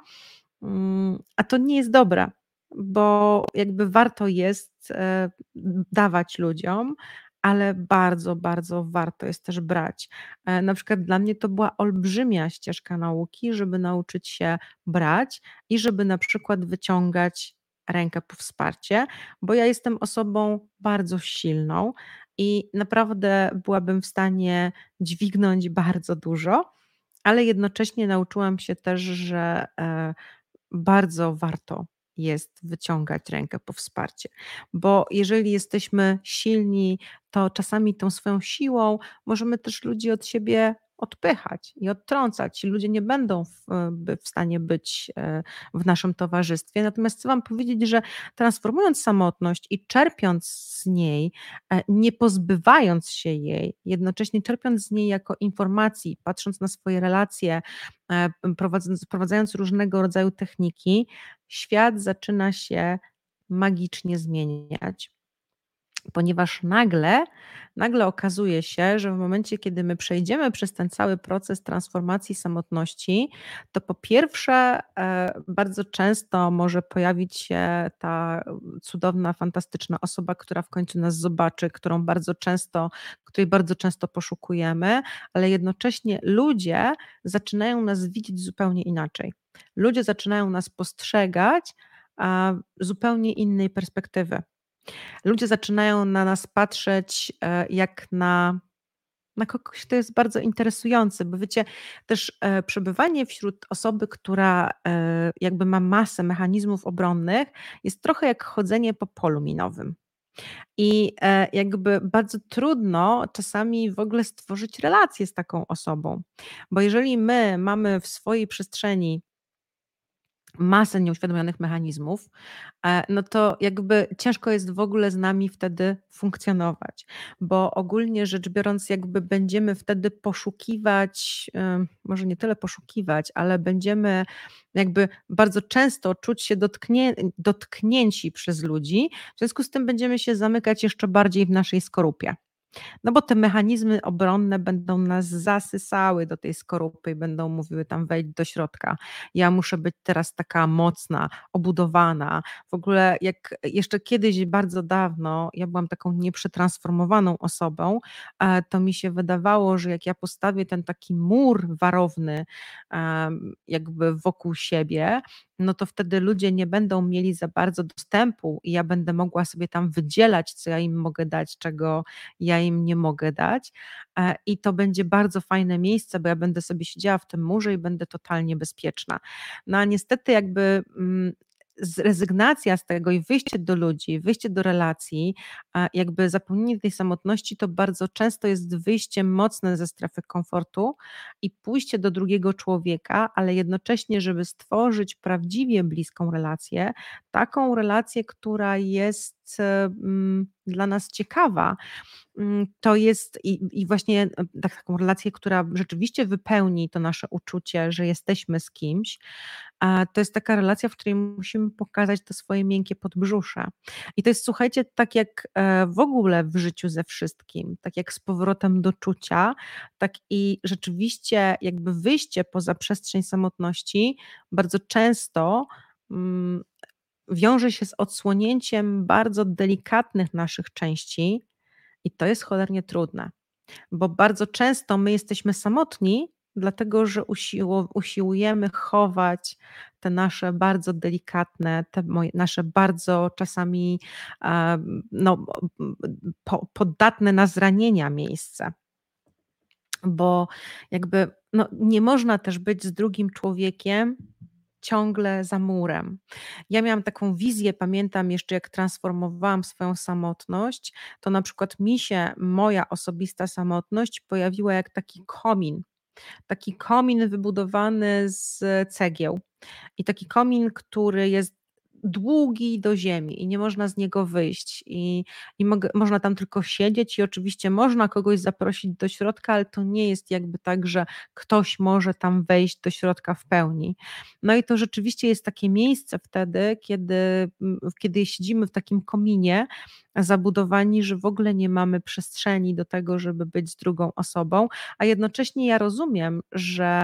a to nie jest dobre, bo jakby warto jest, dawać ludziom, ale bardzo, bardzo warto jest też brać. Na przykład dla mnie to była olbrzymia ścieżka nauki, żeby nauczyć się brać i żeby na przykład wyciągać rękę po wsparcie, bo ja jestem osobą bardzo silną i naprawdę byłabym w stanie dźwignąć bardzo dużo, ale jednocześnie nauczyłam się też, że bardzo warto jest wyciągać rękę po wsparcie, bo jeżeli jesteśmy silni, to czasami tą swoją siłą możemy też ludzi od siebie odpychać i odtrącać. Ludzie nie będą w stanie być w naszym towarzystwie. Natomiast chcę Wam powiedzieć, że transformując samotność i czerpiąc z niej, nie pozbywając się jej, jednocześnie czerpiąc z niej jako informacji, patrząc na swoje relacje, wprowadzając różnego rodzaju techniki, świat zaczyna się magicznie zmieniać, ponieważ nagle okazuje się, że w momencie, kiedy my przejdziemy przez ten cały proces transformacji samotności, to po pierwsze, bardzo często może pojawić się ta cudowna, fantastyczna osoba, która w końcu nas zobaczy, której bardzo często poszukujemy, ale jednocześnie ludzie zaczynają nas widzieć zupełnie inaczej. Ludzie zaczynają nas postrzegać zupełnie innej perspektywy. Ludzie zaczynają na nas patrzeć jak na kogoś, kto jest bardzo interesujący, bo wiecie, też przebywanie wśród osoby, która jakby ma masę mechanizmów obronnych, jest trochę jak chodzenie po polu minowym. I jakby bardzo trudno czasami w ogóle stworzyć relację z taką osobą, bo jeżeli my mamy w swojej przestrzeni masę nieuświadomionych mechanizmów, no to jakby ciężko jest w ogóle z nami wtedy funkcjonować, bo ogólnie rzecz biorąc, jakby będziemy wtedy poszukiwać, może nie tyle poszukiwać, ale będziemy jakby bardzo często czuć się dotknięci przez ludzi, w związku z tym będziemy się zamykać jeszcze bardziej w naszej skorupie. No bo te mechanizmy obronne będą nas zasysały do tej skorupy i będą mówiły tam: „Wejdź do środka. Ja muszę być teraz taka mocna, obudowana”. W ogóle jak jeszcze kiedyś bardzo dawno ja byłam taką nieprzetransformowaną osobą, to mi się wydawało, że jak ja postawię ten taki mur warowny, jakby wokół siebie, no to wtedy ludzie nie będą mieli za bardzo dostępu i ja będę mogła sobie tam wydzielać, co ja im mogę dać, czego ja im nie mogę dać. I to będzie bardzo fajne miejsce, bo ja będę sobie siedziała w tym murze i będę totalnie bezpieczna. No a niestety jakby rezygnacja z tego i wyjście do ludzi, wyjście do relacji, a jakby zapełnienie tej samotności to bardzo często jest wyjście mocne ze strefy komfortu i pójście do drugiego człowieka, ale jednocześnie, żeby stworzyć prawdziwie bliską relację, taką relację, która jest dla nas ciekawa, to jest i właśnie taką relację, która rzeczywiście wypełni to nasze uczucie, że jesteśmy z kimś, a to jest taka relacja, w której musimy pokazać to swoje miękkie podbrzusze. I to jest, słuchajcie, tak jak w ogóle w życiu ze wszystkim, tak jak z powrotem do czucia, tak i rzeczywiście jakby wyjście poza przestrzeń samotności bardzo często mm, wiąże się z odsłonięciem bardzo delikatnych naszych części i to jest cholernie trudne, bo bardzo często my jesteśmy samotni, dlatego że usiłujemy chować te nasze bardzo delikatne, nasze bardzo czasami no, podatne na zranienia miejsce. Bo jakby no, nie można też być z drugim człowiekiem ciągle za murem. Ja miałam taką wizję, pamiętam jeszcze jak transformowałam swoją samotność, to na przykład mi się moja osobista samotność pojawiła jak taki komin wybudowany z cegieł. I taki komin, który jest długi do ziemi i nie można z niego wyjść można tam tylko siedzieć i oczywiście można kogoś zaprosić do środka, ale to nie jest jakby tak, że ktoś może tam wejść do środka w pełni. No i to rzeczywiście jest takie miejsce wtedy, kiedy siedzimy w takim kominie zabudowani, że w ogóle nie mamy przestrzeni do tego, żeby być z drugą osobą, a jednocześnie ja rozumiem, że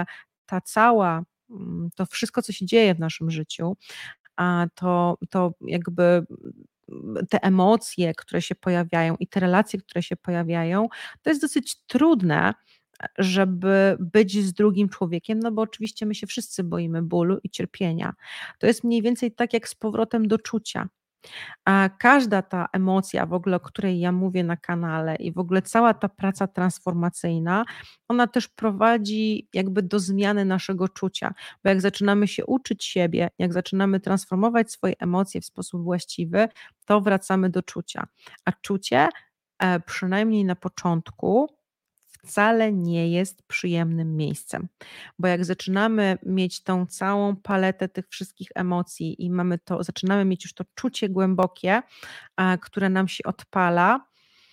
to wszystko, co się dzieje w naszym życiu, a to jakby te emocje, które się pojawiają i te relacje, które się pojawiają, to jest dosyć trudne, żeby być z drugim człowiekiem, no bo oczywiście my się wszyscy boimy bólu i cierpienia. To jest mniej więcej tak jak z powrotem do czucia. A każda ta emocja w ogóle, o której ja mówię na kanale i w ogóle cała ta praca transformacyjna, ona też prowadzi jakby do zmiany naszego czucia, bo jak zaczynamy się uczyć siebie, jak zaczynamy transformować swoje emocje w sposób właściwy, to wracamy do czucia. A czucie, przynajmniej na początku, wcale nie jest przyjemnym miejscem, bo jak zaczynamy mieć tą całą paletę tych wszystkich emocji i zaczynamy mieć już to czucie głębokie, które nam się odpala,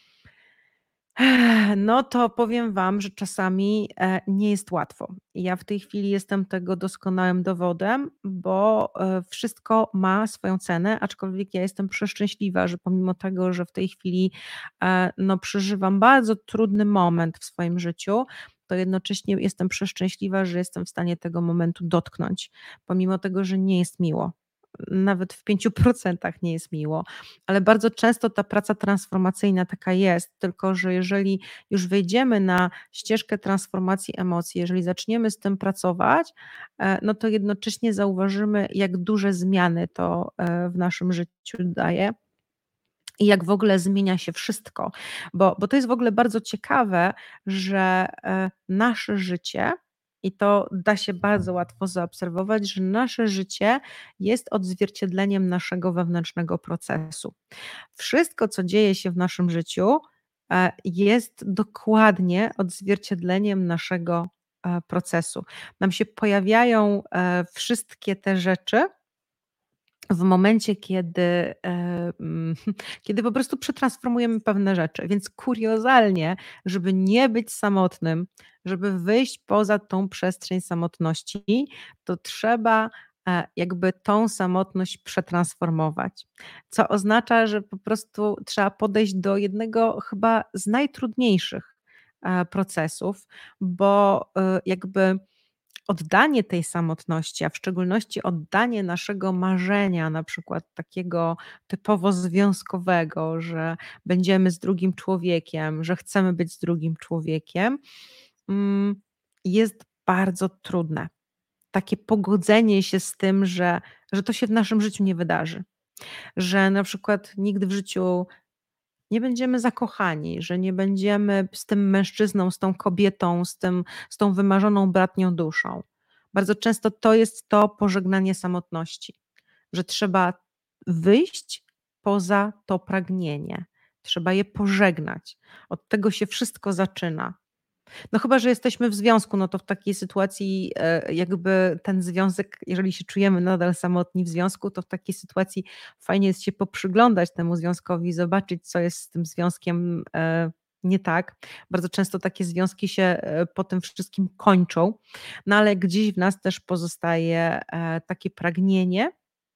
no to powiem Wam, że czasami nie jest łatwo. Ja w tej chwili jestem tego doskonałym dowodem, bo wszystko ma swoją cenę, aczkolwiek ja jestem przeszczęśliwa, że pomimo tego, że w tej chwili no, przeżywam bardzo trudny moment w swoim życiu, to jednocześnie jestem przeszczęśliwa, że jestem w stanie tego momentu dotknąć, pomimo tego, że nie jest miło. Nawet w 5% nie jest miło, ale bardzo często ta praca transformacyjna taka jest, tylko że jeżeli już wejdziemy na ścieżkę transformacji emocji, jeżeli zaczniemy z tym pracować, no to jednocześnie zauważymy, jak duże zmiany to w naszym życiu daje. I jak w ogóle zmienia się wszystko, bo to jest w ogóle bardzo ciekawe, że nasze życie, i to da się bardzo łatwo zaobserwować, że nasze życie jest odzwierciedleniem naszego wewnętrznego procesu. Wszystko, co dzieje się w naszym życiu, jest dokładnie odzwierciedleniem naszego procesu. Nam się pojawiają wszystkie te rzeczy w momencie, kiedy po prostu przetransformujemy pewne rzeczy. Więc kuriozalnie, żeby nie być samotnym, żeby wyjść poza tą przestrzeń samotności, to trzeba jakby tą samotność przetransformować. Co oznacza, że po prostu trzeba podejść do jednego chyba z najtrudniejszych procesów, bo jakby oddanie tej samotności, a w szczególności oddanie naszego marzenia, na przykład takiego typowo związkowego, że będziemy z drugim człowiekiem, że chcemy być z drugim człowiekiem, mm, jest bardzo trudne. Takie pogodzenie się z tym, że to się w naszym życiu nie wydarzy. Że na przykład nigdy w życiu nie będziemy zakochani, że nie będziemy z tym mężczyzną, z tą kobietą, z tą wymarzoną bratnią duszą. Bardzo często to jest to pożegnanie samotności, że trzeba wyjść poza to pragnienie. Trzeba je pożegnać. Od tego się wszystko zaczyna. No chyba, że jesteśmy w związku, no to w takiej sytuacji jakby ten związek, jeżeli się czujemy nadal samotni w związku, to w takiej sytuacji fajnie jest się poprzyglądać temu związkowi, zobaczyć, co jest z tym związkiem nie tak. Bardzo często takie związki się po tym wszystkim kończą, no ale gdzieś w nas też pozostaje takie pragnienie,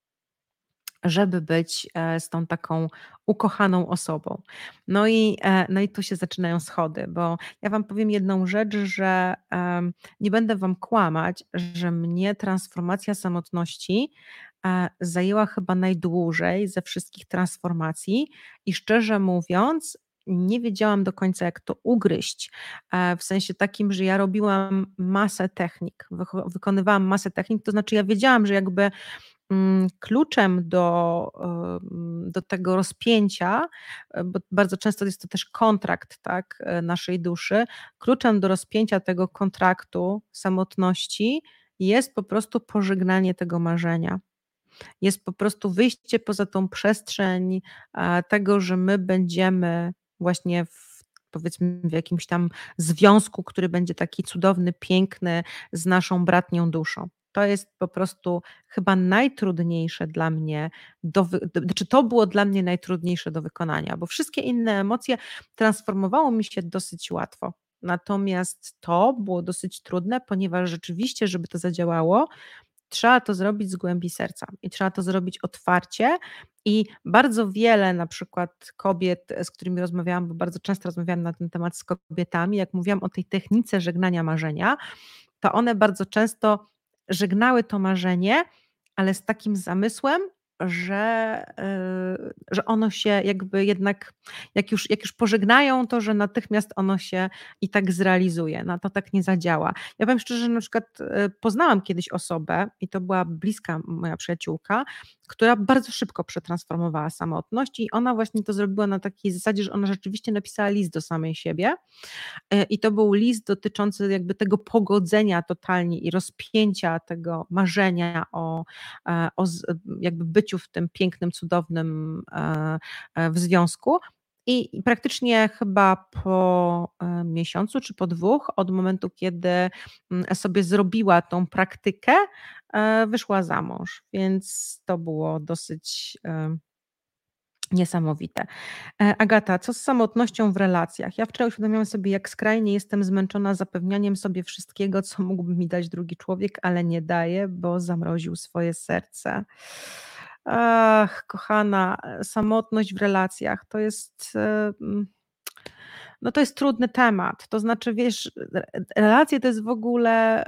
żeby być z tą taką ukochaną osobą. No i tu się zaczynają schody, bo ja wam powiem jedną rzecz, że nie będę wam kłamać, że mnie transformacja samotności zajęła chyba najdłużej ze wszystkich transformacji i szczerze mówiąc, nie wiedziałam do końca, jak to ugryźć. W sensie takim, że ja robiłam masę technik, wykonywałam masę technik, to znaczy ja wiedziałam, że jakby kluczem do tego rozpięcia, bo bardzo często jest to też kontrakt, tak, naszej duszy, kluczem do rozpięcia tego kontraktu samotności jest po prostu pożegnanie tego marzenia. Jest po prostu wyjście poza tą przestrzeń tego, że my będziemy właśnie powiedzmy w jakimś tam związku, który będzie taki cudowny, piękny z naszą bratnią duszą. To jest po prostu chyba najtrudniejsze dla mnie, znaczy to było dla mnie najtrudniejsze do wykonania, bo wszystkie inne emocje transformowało mi się dosyć łatwo. Natomiast to było dosyć trudne, ponieważ rzeczywiście, żeby to zadziałało, trzeba to zrobić z głębi serca i trzeba to zrobić otwarcie i bardzo wiele na przykład kobiet, z którymi rozmawiałam, bo bardzo często rozmawiałam na ten temat z kobietami, jak mówiłam o tej technice żegnania marzenia, to one bardzo często żegnały to marzenie, ale z takim zamysłem, że ono się jakby jednak, jak już pożegnają, to że natychmiast ono się i tak zrealizuje. No to tak nie zadziała. Ja powiem szczerze, że na przykład poznałam kiedyś osobę i to była bliska moja przyjaciółka, która bardzo szybko przetransformowała samotność i ona właśnie to zrobiła na takiej zasadzie, że ona rzeczywiście napisała list do samej siebie i to był list dotyczący jakby tego pogodzenia totalnie i rozpięcia tego marzenia o jakby byciu w tym pięknym, cudownym w związku. I praktycznie chyba po miesiącu czy po 2 od momentu, kiedy sobie zrobiła tą praktykę, wyszła za mąż, więc to było dosyć niesamowite. Agata, co z samotnością w relacjach? Ja wczoraj uświadomiłam sobie, jak skrajnie jestem zmęczona zapewnianiem sobie wszystkiego, co mógłby mi dać drugi człowiek, ale nie daje, bo zamroził swoje serce. Ach, kochana, samotność w relacjach to jest. No to jest trudny temat. To znaczy, wiesz, relacje to jest w ogóle.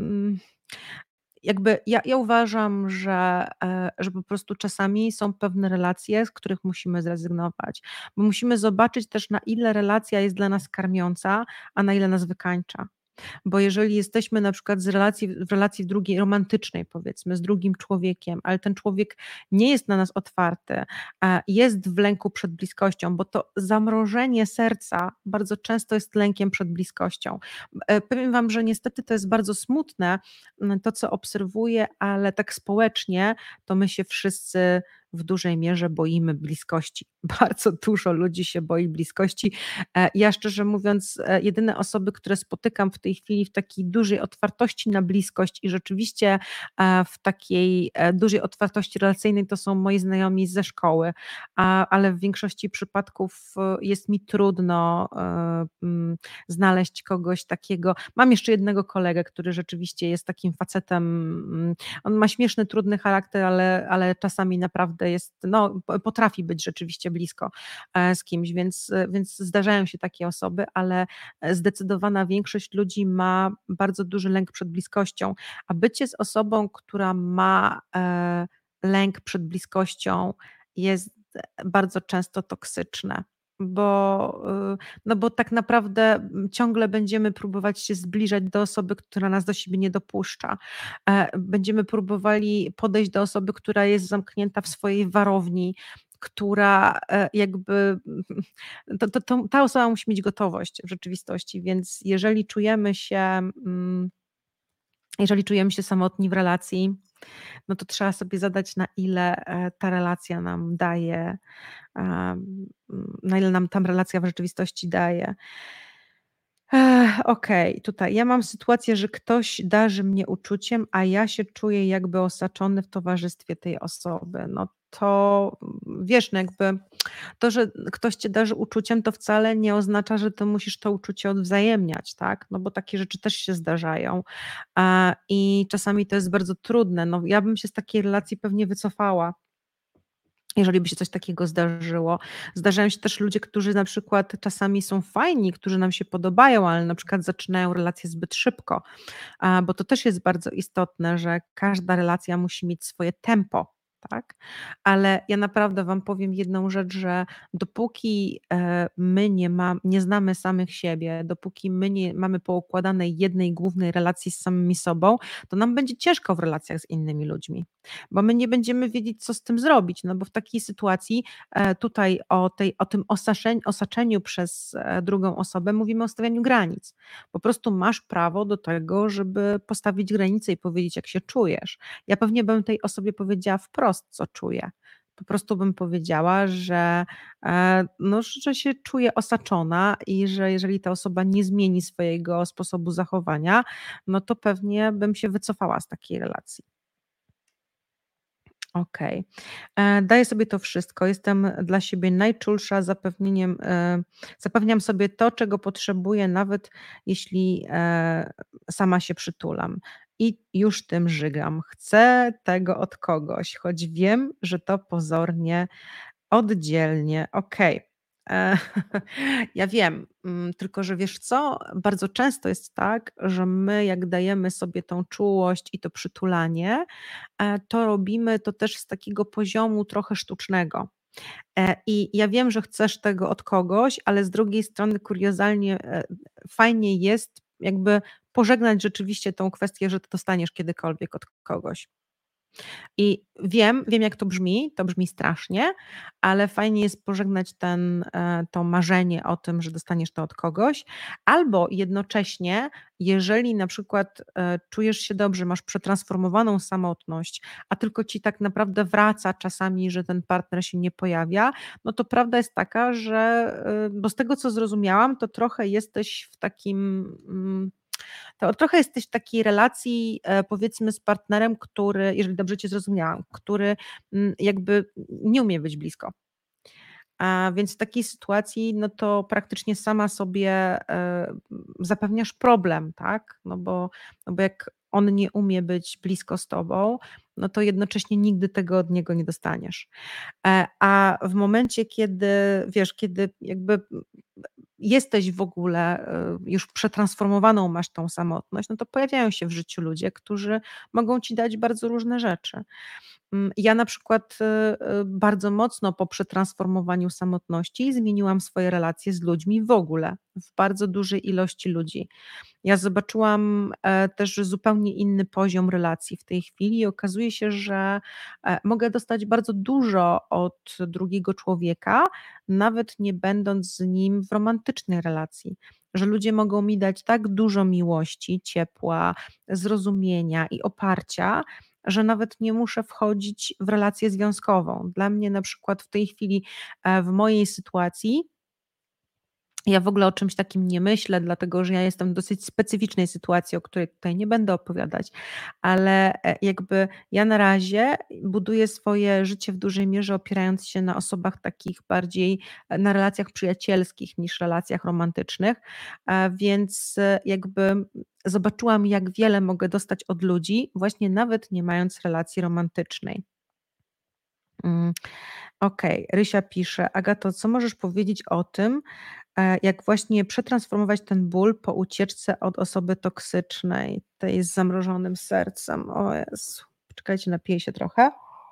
Jakby ja uważam, że po prostu czasami są pewne relacje, z których musimy zrezygnować, bo musimy zobaczyć też, na ile relacja jest dla nas karmiąca, a na ile nas wykańcza. Bo jeżeli jesteśmy na przykład w relacji drugiej, romantycznej powiedzmy, z drugim człowiekiem, ale ten człowiek nie jest na nas otwarty, a jest w lęku przed bliskością, bo to zamrożenie serca bardzo często jest lękiem przed bliskością. Powiem wam, że niestety to jest bardzo smutne, to co obserwuję, ale tak społecznie to my się wszyscy w dużej mierze boimy bliskości. Bardzo dużo ludzi się boi bliskości. Ja szczerze mówiąc, jedyne osoby, które spotykam w tej chwili w takiej dużej otwartości na bliskość i rzeczywiście w takiej dużej otwartości relacyjnej, to są moi znajomi ze szkoły, ale w większości przypadków jest mi trudno znaleźć kogoś takiego. Mam jeszcze jednego kolegę, który rzeczywiście jest takim facetem, on ma śmieszny, trudny charakter, ale czasami naprawdę jest, no, potrafi być rzeczywiście blisko z kimś, więc zdarzają się takie osoby, ale zdecydowana większość ludzi ma bardzo duży lęk przed bliskością, a bycie z osobą, która ma lęk przed bliskością, jest bardzo często toksyczne. No bo tak naprawdę ciągle będziemy próbować się zbliżać do osoby, która nas do siebie nie dopuszcza. Będziemy próbowali podejść do osoby, która jest zamknięta w swojej warowni, która jakby ta osoba musi mieć gotowość w rzeczywistości, więc jeżeli czujemy się Jeżeli czujemy się samotni w relacji, no to trzeba sobie zadać, na ile ta relacja nam daje, na ile nam ta relacja w rzeczywistości daje. Okej, tutaj ja mam sytuację, że ktoś darzy mnie uczuciem, a ja się czuję jakby osaczony w towarzystwie tej osoby. No to wiesz, no jakby to, że ktoś cię darzy uczuciem, to wcale nie oznacza, że ty musisz to uczucie odwzajemniać, tak? No bo takie rzeczy też się zdarzają. I czasami to jest bardzo trudne. No, ja bym się z takiej relacji pewnie wycofała, jeżeli by się coś takiego zdarzyło. Zdarzają się też ludzie, którzy na przykład czasami są fajni, którzy nam się podobają, ale na przykład zaczynają relacje zbyt szybko, bo to też jest bardzo istotne, że każda relacja musi mieć swoje tempo, tak? Ale ja naprawdę wam powiem jedną rzecz, że dopóki my nie znamy samych siebie, dopóki my nie mamy poukładanej jednej głównej relacji z samymi sobą, to nam będzie ciężko w relacjach z innymi ludźmi, bo my nie będziemy wiedzieć, co z tym zrobić, no bo w takiej sytuacji tutaj o tym osaczeniu przez drugą osobę mówimy o stawianiu granic. Po prostu masz prawo do tego, żeby postawić granice i powiedzieć, jak się czujesz. Ja pewnie bym tej osobie powiedziała wprost, co czuję. Po prostu bym powiedziała, że, no, że się czuję osaczona i że jeżeli ta osoba nie zmieni swojego sposobu zachowania, no to pewnie bym się wycofała z takiej relacji. Okej. Daję sobie to wszystko. Jestem dla siebie najczulsza, zapewniam sobie to, czego potrzebuję, nawet jeśli sama się przytulam. I już tym żygam. Chcę tego od kogoś, choć wiem, że to pozornie oddzielnie. Okej. E, Ja wiem, tylko że wiesz co? Bardzo często jest tak, że my jak dajemy sobie tą czułość i to przytulanie, to robimy to też z takiego poziomu trochę sztucznego. I ja wiem, że chcesz tego od kogoś, ale z drugiej strony kuriozalnie fajnie jest jakby pożegnać rzeczywiście tą kwestię, że ty dostaniesz kiedykolwiek od kogoś. I wiem jak to brzmi strasznie, ale fajnie jest pożegnać to marzenie o tym, że dostaniesz to od kogoś, albo jednocześnie, jeżeli na przykład czujesz się dobrze, masz przetransformowaną samotność, a tylko ci tak naprawdę wraca czasami, że ten partner się nie pojawia, no to prawda jest taka, że bo z tego co zrozumiałam, to trochę jesteś w takim to trochę jesteś w takiej relacji, powiedzmy z partnerem, który, jeżeli dobrze cię zrozumiałam, który, jakby nie umie być blisko. A więc w takiej sytuacji, no to praktycznie sama sobie, zapewniasz problem, tak? No bo jak on nie umie być blisko z tobą, no to jednocześnie nigdy tego od niego nie dostaniesz. A w momencie, kiedy wiesz, kiedy jakby jesteś w ogóle już przetransformowaną, masz tą samotność, no to pojawiają się w życiu ludzie, którzy mogą ci dać bardzo różne rzeczy. Ja na przykład bardzo mocno po przetransformowaniu samotności zmieniłam swoje relacje z ludźmi w ogóle, w bardzo dużej ilości ludzi. Ja zobaczyłam też zupełnie inny poziom relacji w tej chwili i okazuje się, że mogę dostać bardzo dużo od drugiego człowieka, nawet nie będąc z nim w romantycznej relacji. Że ludzie mogą mi dać tak dużo miłości, ciepła, zrozumienia i oparcia, że nawet nie muszę wchodzić w relację związkową. Dla mnie na przykład w tej chwili, w mojej sytuacji, ja w ogóle o czymś takim nie myślę, dlatego że ja jestem w dosyć specyficznej sytuacji, o której tutaj nie będę opowiadać, ale jakby ja na razie buduję swoje życie w dużej mierze opierając się na osobach takich bardziej na relacjach przyjacielskich niż relacjach romantycznych, więc jakby zobaczyłam, jak wiele mogę dostać od ludzi, właśnie nawet nie mając relacji romantycznej. Mm, Okej, Rysia pisze: Agato, co możesz powiedzieć o tym, jak właśnie przetransformować ten ból po ucieczce od osoby toksycznej, tej z zamrożonym sercem? O Jezu, poczekajcie, napiję się trochę.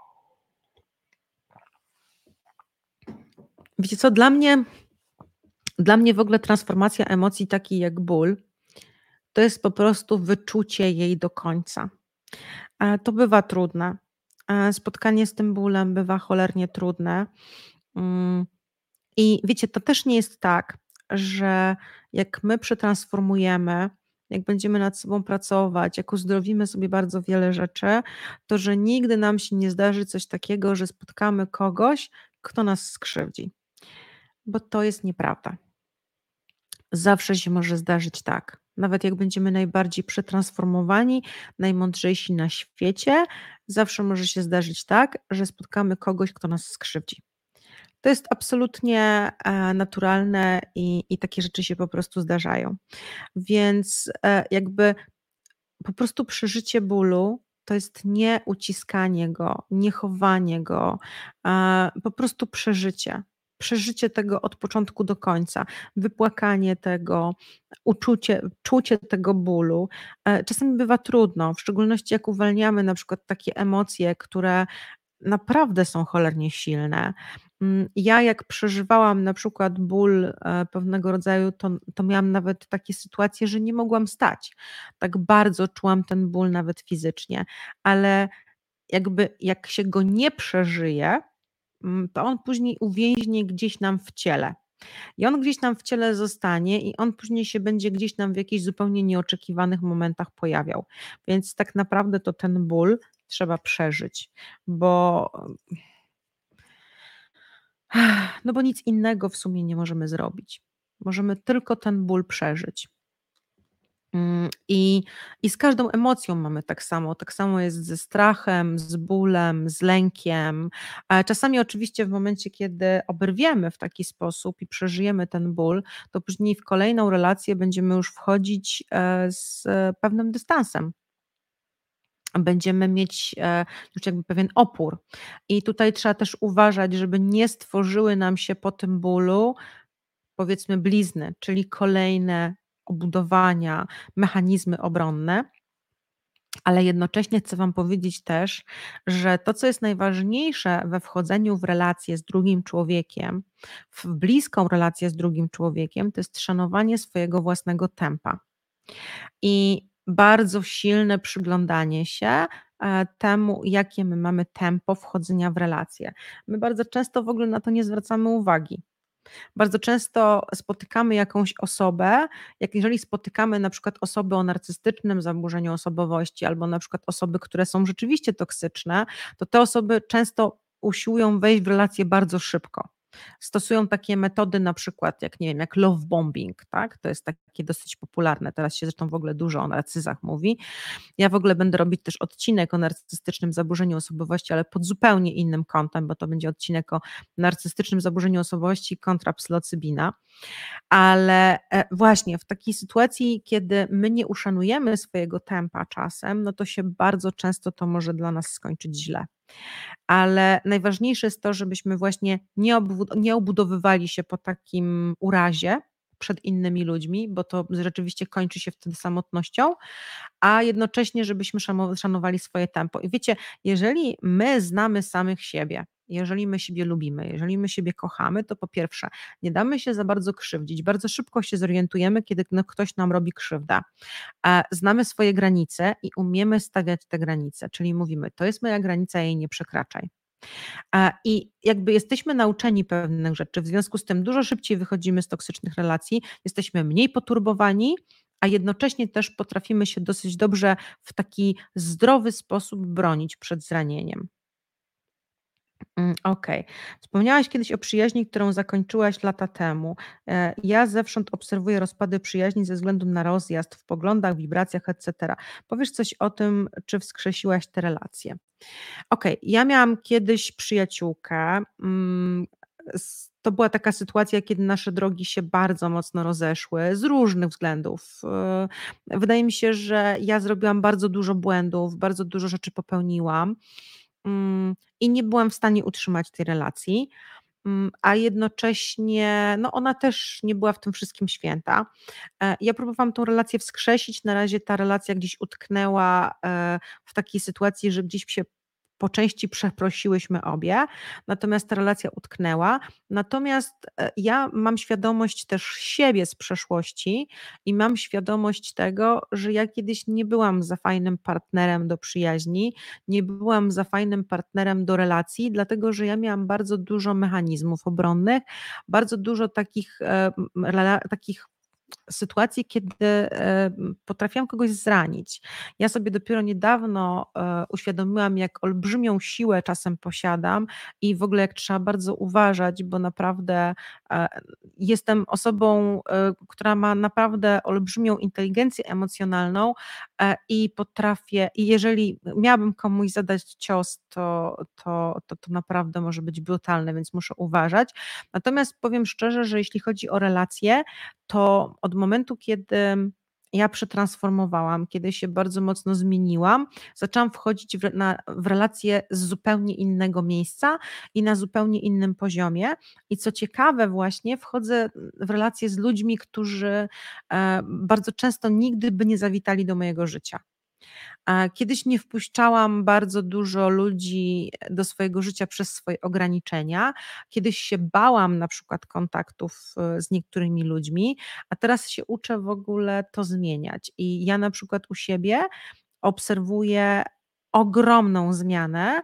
Wiecie co, dla mnie w ogóle transformacja emocji takiej jak ból, to jest po prostu wyczucie jej do końca. To bywa trudne. Spotkanie z tym bólem bywa cholernie trudne. Mm, I wiecie, to też nie jest tak, że jak my przetransformujemy, jak będziemy nad sobą pracować, jak uzdrowimy sobie bardzo wiele rzeczy, to że nigdy nam się nie zdarzy coś takiego, że spotkamy kogoś, kto nas skrzywdzi. Bo to jest nieprawda. Zawsze się może zdarzyć tak. Nawet jak będziemy najbardziej przetransformowani, najmądrzejsi na świecie, zawsze może się zdarzyć tak, że spotkamy kogoś, kto nas skrzywdzi. To jest absolutnie naturalne i takie rzeczy się po prostu zdarzają. Więc jakby po prostu przeżycie bólu to jest nie uciskanie go, nie chowanie go, po prostu przeżycie. Przeżycie tego od początku do końca, wypłakanie tego, czucie tego bólu. Czasami bywa trudno, w szczególności jak uwalniamy na przykład takie emocje, które naprawdę są cholernie silne. Ja jak przeżywałam na przykład ból pewnego rodzaju, to miałam nawet takie sytuacje, że nie mogłam stać. Tak bardzo czułam ten ból nawet fizycznie, ale jakby jak się go nie przeżyje, to on później uwięźnie gdzieś nam w ciele. I on gdzieś nam w ciele zostanie i on później się będzie gdzieś nam w jakichś zupełnie nieoczekiwanych momentach pojawiał. Więc tak naprawdę to ten ból trzeba przeżyć, bo no bo nic innego w sumie nie możemy zrobić. Możemy tylko ten ból przeżyć. I z każdą emocją mamy tak samo. Tak samo jest ze strachem, z bólem, z lękiem. Czasami oczywiście w momencie, kiedy oberwiemy w taki sposób i przeżyjemy ten ból, to później w kolejną relację będziemy już wchodzić z pewnym dystansem. Będziemy mieć już jakby pewien opór. I tutaj trzeba też uważać, żeby nie stworzyły nam się po tym bólu, powiedzmy, blizny, czyli kolejne obudowania, mechanizmy obronne. Ale jednocześnie chcę Wam powiedzieć też, że to, co jest najważniejsze we wchodzeniu w relację z drugim człowiekiem, w bliską relację z drugim człowiekiem, to jest szanowanie swojego własnego tempa. I bardzo silne przyglądanie się temu, jakie my mamy tempo wchodzenia w relacje. My bardzo często w ogóle na to nie zwracamy uwagi. Bardzo często spotykamy jakąś osobę, jak jeżeli spotykamy na przykład osoby o narcystycznym zaburzeniu osobowości albo na przykład osoby, które są rzeczywiście toksyczne, to te osoby często usiłują wejść w relacje bardzo szybko. Stosują takie metody na przykład jak, nie wiem, jak love bombing, tak? To jest takie dosyć popularne, teraz się zresztą w ogóle dużo o narcyzach mówi. Ja w ogóle będę robić też odcinek o narcystycznym zaburzeniu osobowości, ale pod zupełnie innym kątem, bo to będzie odcinek o narcystycznym zaburzeniu osobowości kontra psylocybina. Ale właśnie w takiej sytuacji, kiedy my nie uszanujemy swojego tempa czasem, no to się bardzo często to może dla nas skończyć źle. Ale najważniejsze jest to, żebyśmy właśnie nie obudowywali się po takim urazie przed innymi ludźmi, bo to rzeczywiście kończy się wtedy samotnością, a jednocześnie, żebyśmy szanowali swoje tempo. I wiecie, jeżeli my znamy samych siebie, jeżeli my siebie lubimy, jeżeli my siebie kochamy, to po pierwsze, nie damy się za bardzo krzywdzić, bardzo szybko się zorientujemy, kiedy ktoś nam robi krzywdę. Znamy swoje granice i umiemy stawiać te granice, czyli mówimy, to jest moja granica, jej nie przekraczaj. I jakby jesteśmy nauczeni pewnych rzeczy, w związku z tym dużo szybciej wychodzimy z toksycznych relacji, jesteśmy mniej poturbowani, a jednocześnie też potrafimy się dosyć dobrze w taki zdrowy sposób bronić przed zranieniem. Okej. Wspomniałaś kiedyś o przyjaźni, którą zakończyłaś lata temu. Ja zewsząd obserwuję rozpady przyjaźni ze względu na rozjazd w poglądach, wibracjach, etc. Powiesz coś o tym, czy wskrzesiłaś te relacje? Okej, ja miałam kiedyś przyjaciółkę. To była taka sytuacja, kiedy nasze drogi się bardzo mocno rozeszły z różnych względów. Wydaje mi się, że ja zrobiłam bardzo dużo błędów, bardzo dużo rzeczy popełniłam i nie byłam w stanie utrzymać tej relacji, a jednocześnie no ona też nie była w tym wszystkim święta. Ja próbowałam tą relację wskrzesić, na razie ta relacja gdzieś utknęła w takiej sytuacji, że gdzieś się po części przeprosiłyśmy obie, natomiast ta relacja utknęła. Natomiast ja mam świadomość też siebie z przeszłości i mam świadomość tego, że ja kiedyś nie byłam za fajnym partnerem do przyjaźni, nie byłam za fajnym partnerem do relacji, dlatego że ja miałam bardzo dużo mechanizmów obronnych, bardzo dużo takich sytuacje, kiedy potrafiłam kogoś zranić. Ja sobie dopiero niedawno uświadomiłam, jak olbrzymią siłę czasem posiadam i w ogóle jak trzeba bardzo uważać, bo naprawdę e, jestem osobą, która ma naprawdę olbrzymią inteligencję emocjonalną i potrafię, i jeżeli miałabym komuś zadać cios, to naprawdę może być brutalne, więc muszę uważać. Natomiast powiem szczerze, że jeśli chodzi o relacje, to od momentu, kiedy ja przetransformowałam, kiedy się bardzo mocno zmieniłam, zaczęłam wchodzić w relacje z zupełnie innego miejsca i na zupełnie innym poziomie. I co ciekawe, właśnie wchodzę w relacje z ludźmi, którzy bardzo często nigdy by nie zawitali do mojego życia. Kiedyś nie wpuszczałam bardzo dużo ludzi do swojego życia przez swoje ograniczenia. Kiedyś się bałam na przykład kontaktów z niektórymi ludźmi, a teraz się uczę w ogóle to zmieniać. I ja na przykład u siebie obserwuję ogromną zmianę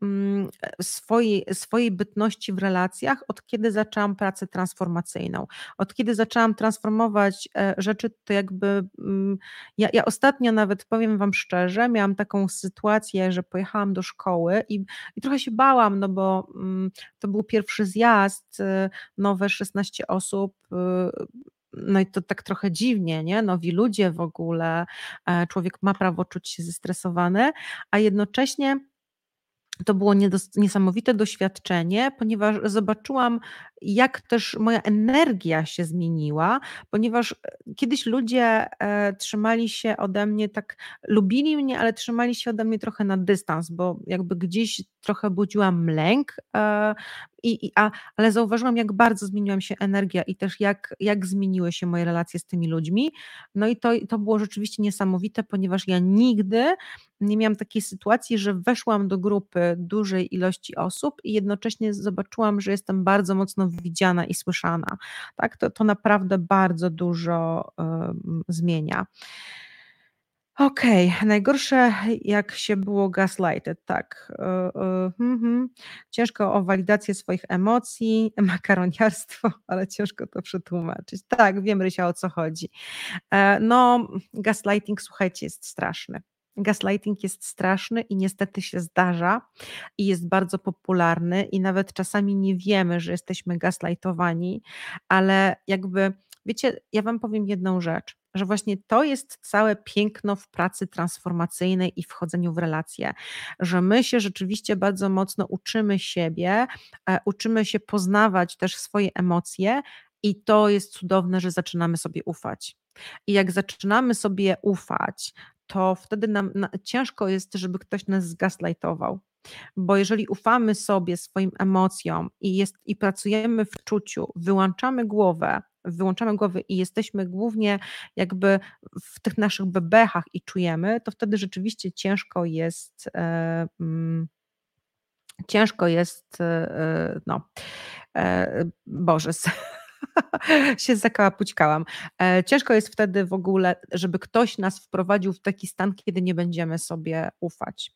swojej bytności w relacjach, od kiedy zaczęłam pracę transformacyjną. Od kiedy zaczęłam transformować rzeczy, to jakby ja ostatnio nawet powiem Wam szczerze, miałam taką sytuację, że pojechałam do szkoły i trochę się bałam, no bo to był pierwszy zjazd, nowe 16 osób, no i to tak trochę dziwnie, nie? Nowi ludzie w ogóle, człowiek ma prawo czuć się zestresowany, a jednocześnie to było niesamowite doświadczenie, ponieważ zobaczyłam, jak też moja energia się zmieniła, ponieważ kiedyś ludzie trzymali się ode mnie tak, lubili mnie, ale trzymali się ode mnie trochę na dystans, bo jakby gdzieś trochę budziłam lęk, ale zauważyłam, jak bardzo zmieniła się energia i też jak zmieniły się moje relacje z tymi ludźmi. No i to było rzeczywiście niesamowite, ponieważ ja nigdy nie miałam takiej sytuacji, że weszłam do grupy dużej ilości osób i jednocześnie zobaczyłam, że jestem bardzo mocno widziana i słyszana. Tak? To naprawdę bardzo dużo zmienia. Okej, najgorsze jak się było gaslighted, tak. Ciężko o walidację swoich emocji, makaroniarstwo, ale ciężko to przetłumaczyć. Tak, wiem, Rysia, o co chodzi. No, gaslighting, słuchajcie, jest straszny. Gaslighting jest straszny i niestety się zdarza i jest bardzo popularny i nawet czasami nie wiemy, że jesteśmy gaslightowani, ale jakby, wiecie, ja Wam powiem jedną rzecz, że właśnie to jest całe piękno w pracy transformacyjnej i wchodzeniu w relacje, że my się rzeczywiście bardzo mocno uczymy siebie, uczymy się poznawać też swoje emocje i to jest cudowne, że zaczynamy sobie ufać. I jak zaczynamy sobie ufać, to wtedy nam ciężko jest, żeby ktoś nas zgaslightował. Bo jeżeli ufamy sobie, swoim emocjom i pracujemy w czuciu, wyłączamy głowę i jesteśmy głównie jakby w tych naszych bebechach i czujemy, to wtedy rzeczywiście no, Boże, się zakałapućkałam. Ciężko jest wtedy w ogóle, żeby ktoś nas wprowadził w taki stan, kiedy nie będziemy sobie ufać.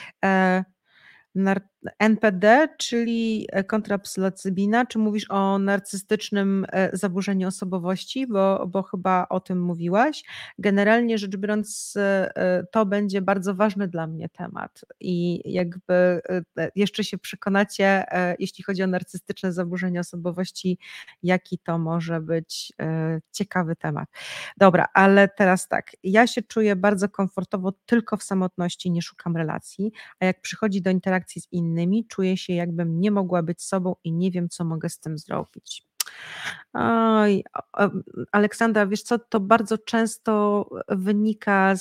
NPD, czyli kontrapsylocybina, czy mówisz o narcystycznym zaburzeniu osobowości, bo chyba o tym mówiłaś. Generalnie rzecz biorąc, to będzie bardzo ważny dla mnie temat i jakby jeszcze się przekonacie, jeśli chodzi o narcystyczne zaburzenie osobowości, jaki to może być ciekawy temat. Dobra, ale teraz tak, ja się czuję bardzo komfortowo tylko w samotności, nie szukam relacji, a jak przychodzi do interakcji z innymi, czuję się, jakbym nie mogła być sobą i nie wiem, co mogę z tym zrobić. Oj, Aleksandra, wiesz co, to bardzo często wynika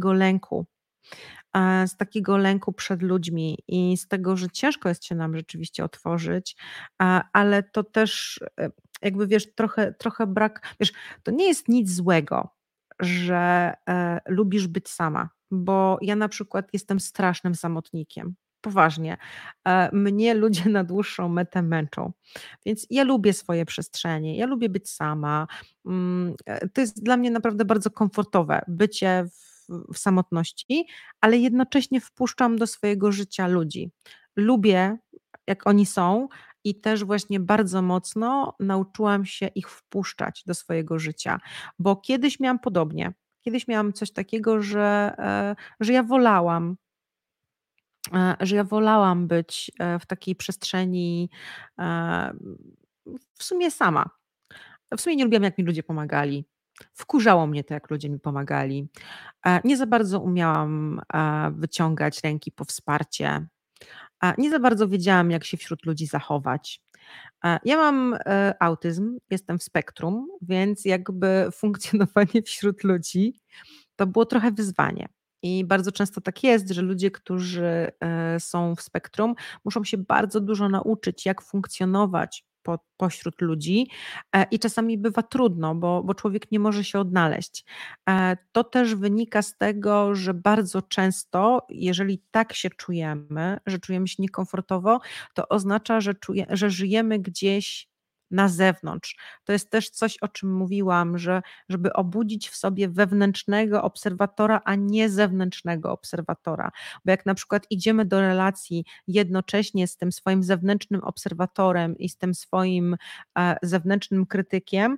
z takiego lęku przed ludźmi i z tego, że ciężko jest się nam rzeczywiście otworzyć, ale to też jakby wiesz, trochę brak, wiesz, to nie jest nic złego, że lubisz być sama, bo ja na przykład jestem strasznym samotnikiem. Poważnie. Mnie ludzie na dłuższą metę męczą. Więc ja lubię swoje przestrzenie, ja lubię być sama. To jest dla mnie naprawdę bardzo komfortowe bycie w samotności, ale jednocześnie wpuszczam do swojego życia ludzi. Lubię, jak oni są i też właśnie bardzo mocno nauczyłam się ich wpuszczać do swojego życia, bo kiedyś miałam podobnie. Kiedyś miałam coś takiego, że ja wolałam że ja wolałam być, w takiej przestrzeni, e, w sumie sama. W sumie nie lubiłam, jak mi ludzie pomagali. Wkurzało mnie to, jak ludzie mi pomagali. Nie za bardzo umiałam, wyciągać ręki po wsparcie. Nie za bardzo wiedziałam, jak się wśród ludzi zachować. Ja mam, autyzm, jestem w spektrum, więc jakby funkcjonowanie wśród ludzi to było trochę wyzwanie. I bardzo często tak jest, że ludzie, którzy, są w spektrum, muszą się bardzo dużo nauczyć, jak funkcjonować pośród ludzi, i czasami bywa trudno, bo człowiek nie może się odnaleźć. To też wynika z tego, że bardzo często, jeżeli tak się czujemy, że czujemy się niekomfortowo, to oznacza, że żyjemy gdzieś na zewnątrz. To jest też coś, o czym mówiłam, że żeby obudzić w sobie wewnętrznego obserwatora, a nie zewnętrznego obserwatora. Bo jak na przykład idziemy do relacji jednocześnie z tym swoim zewnętrznym obserwatorem i z tym swoim zewnętrznym krytykiem,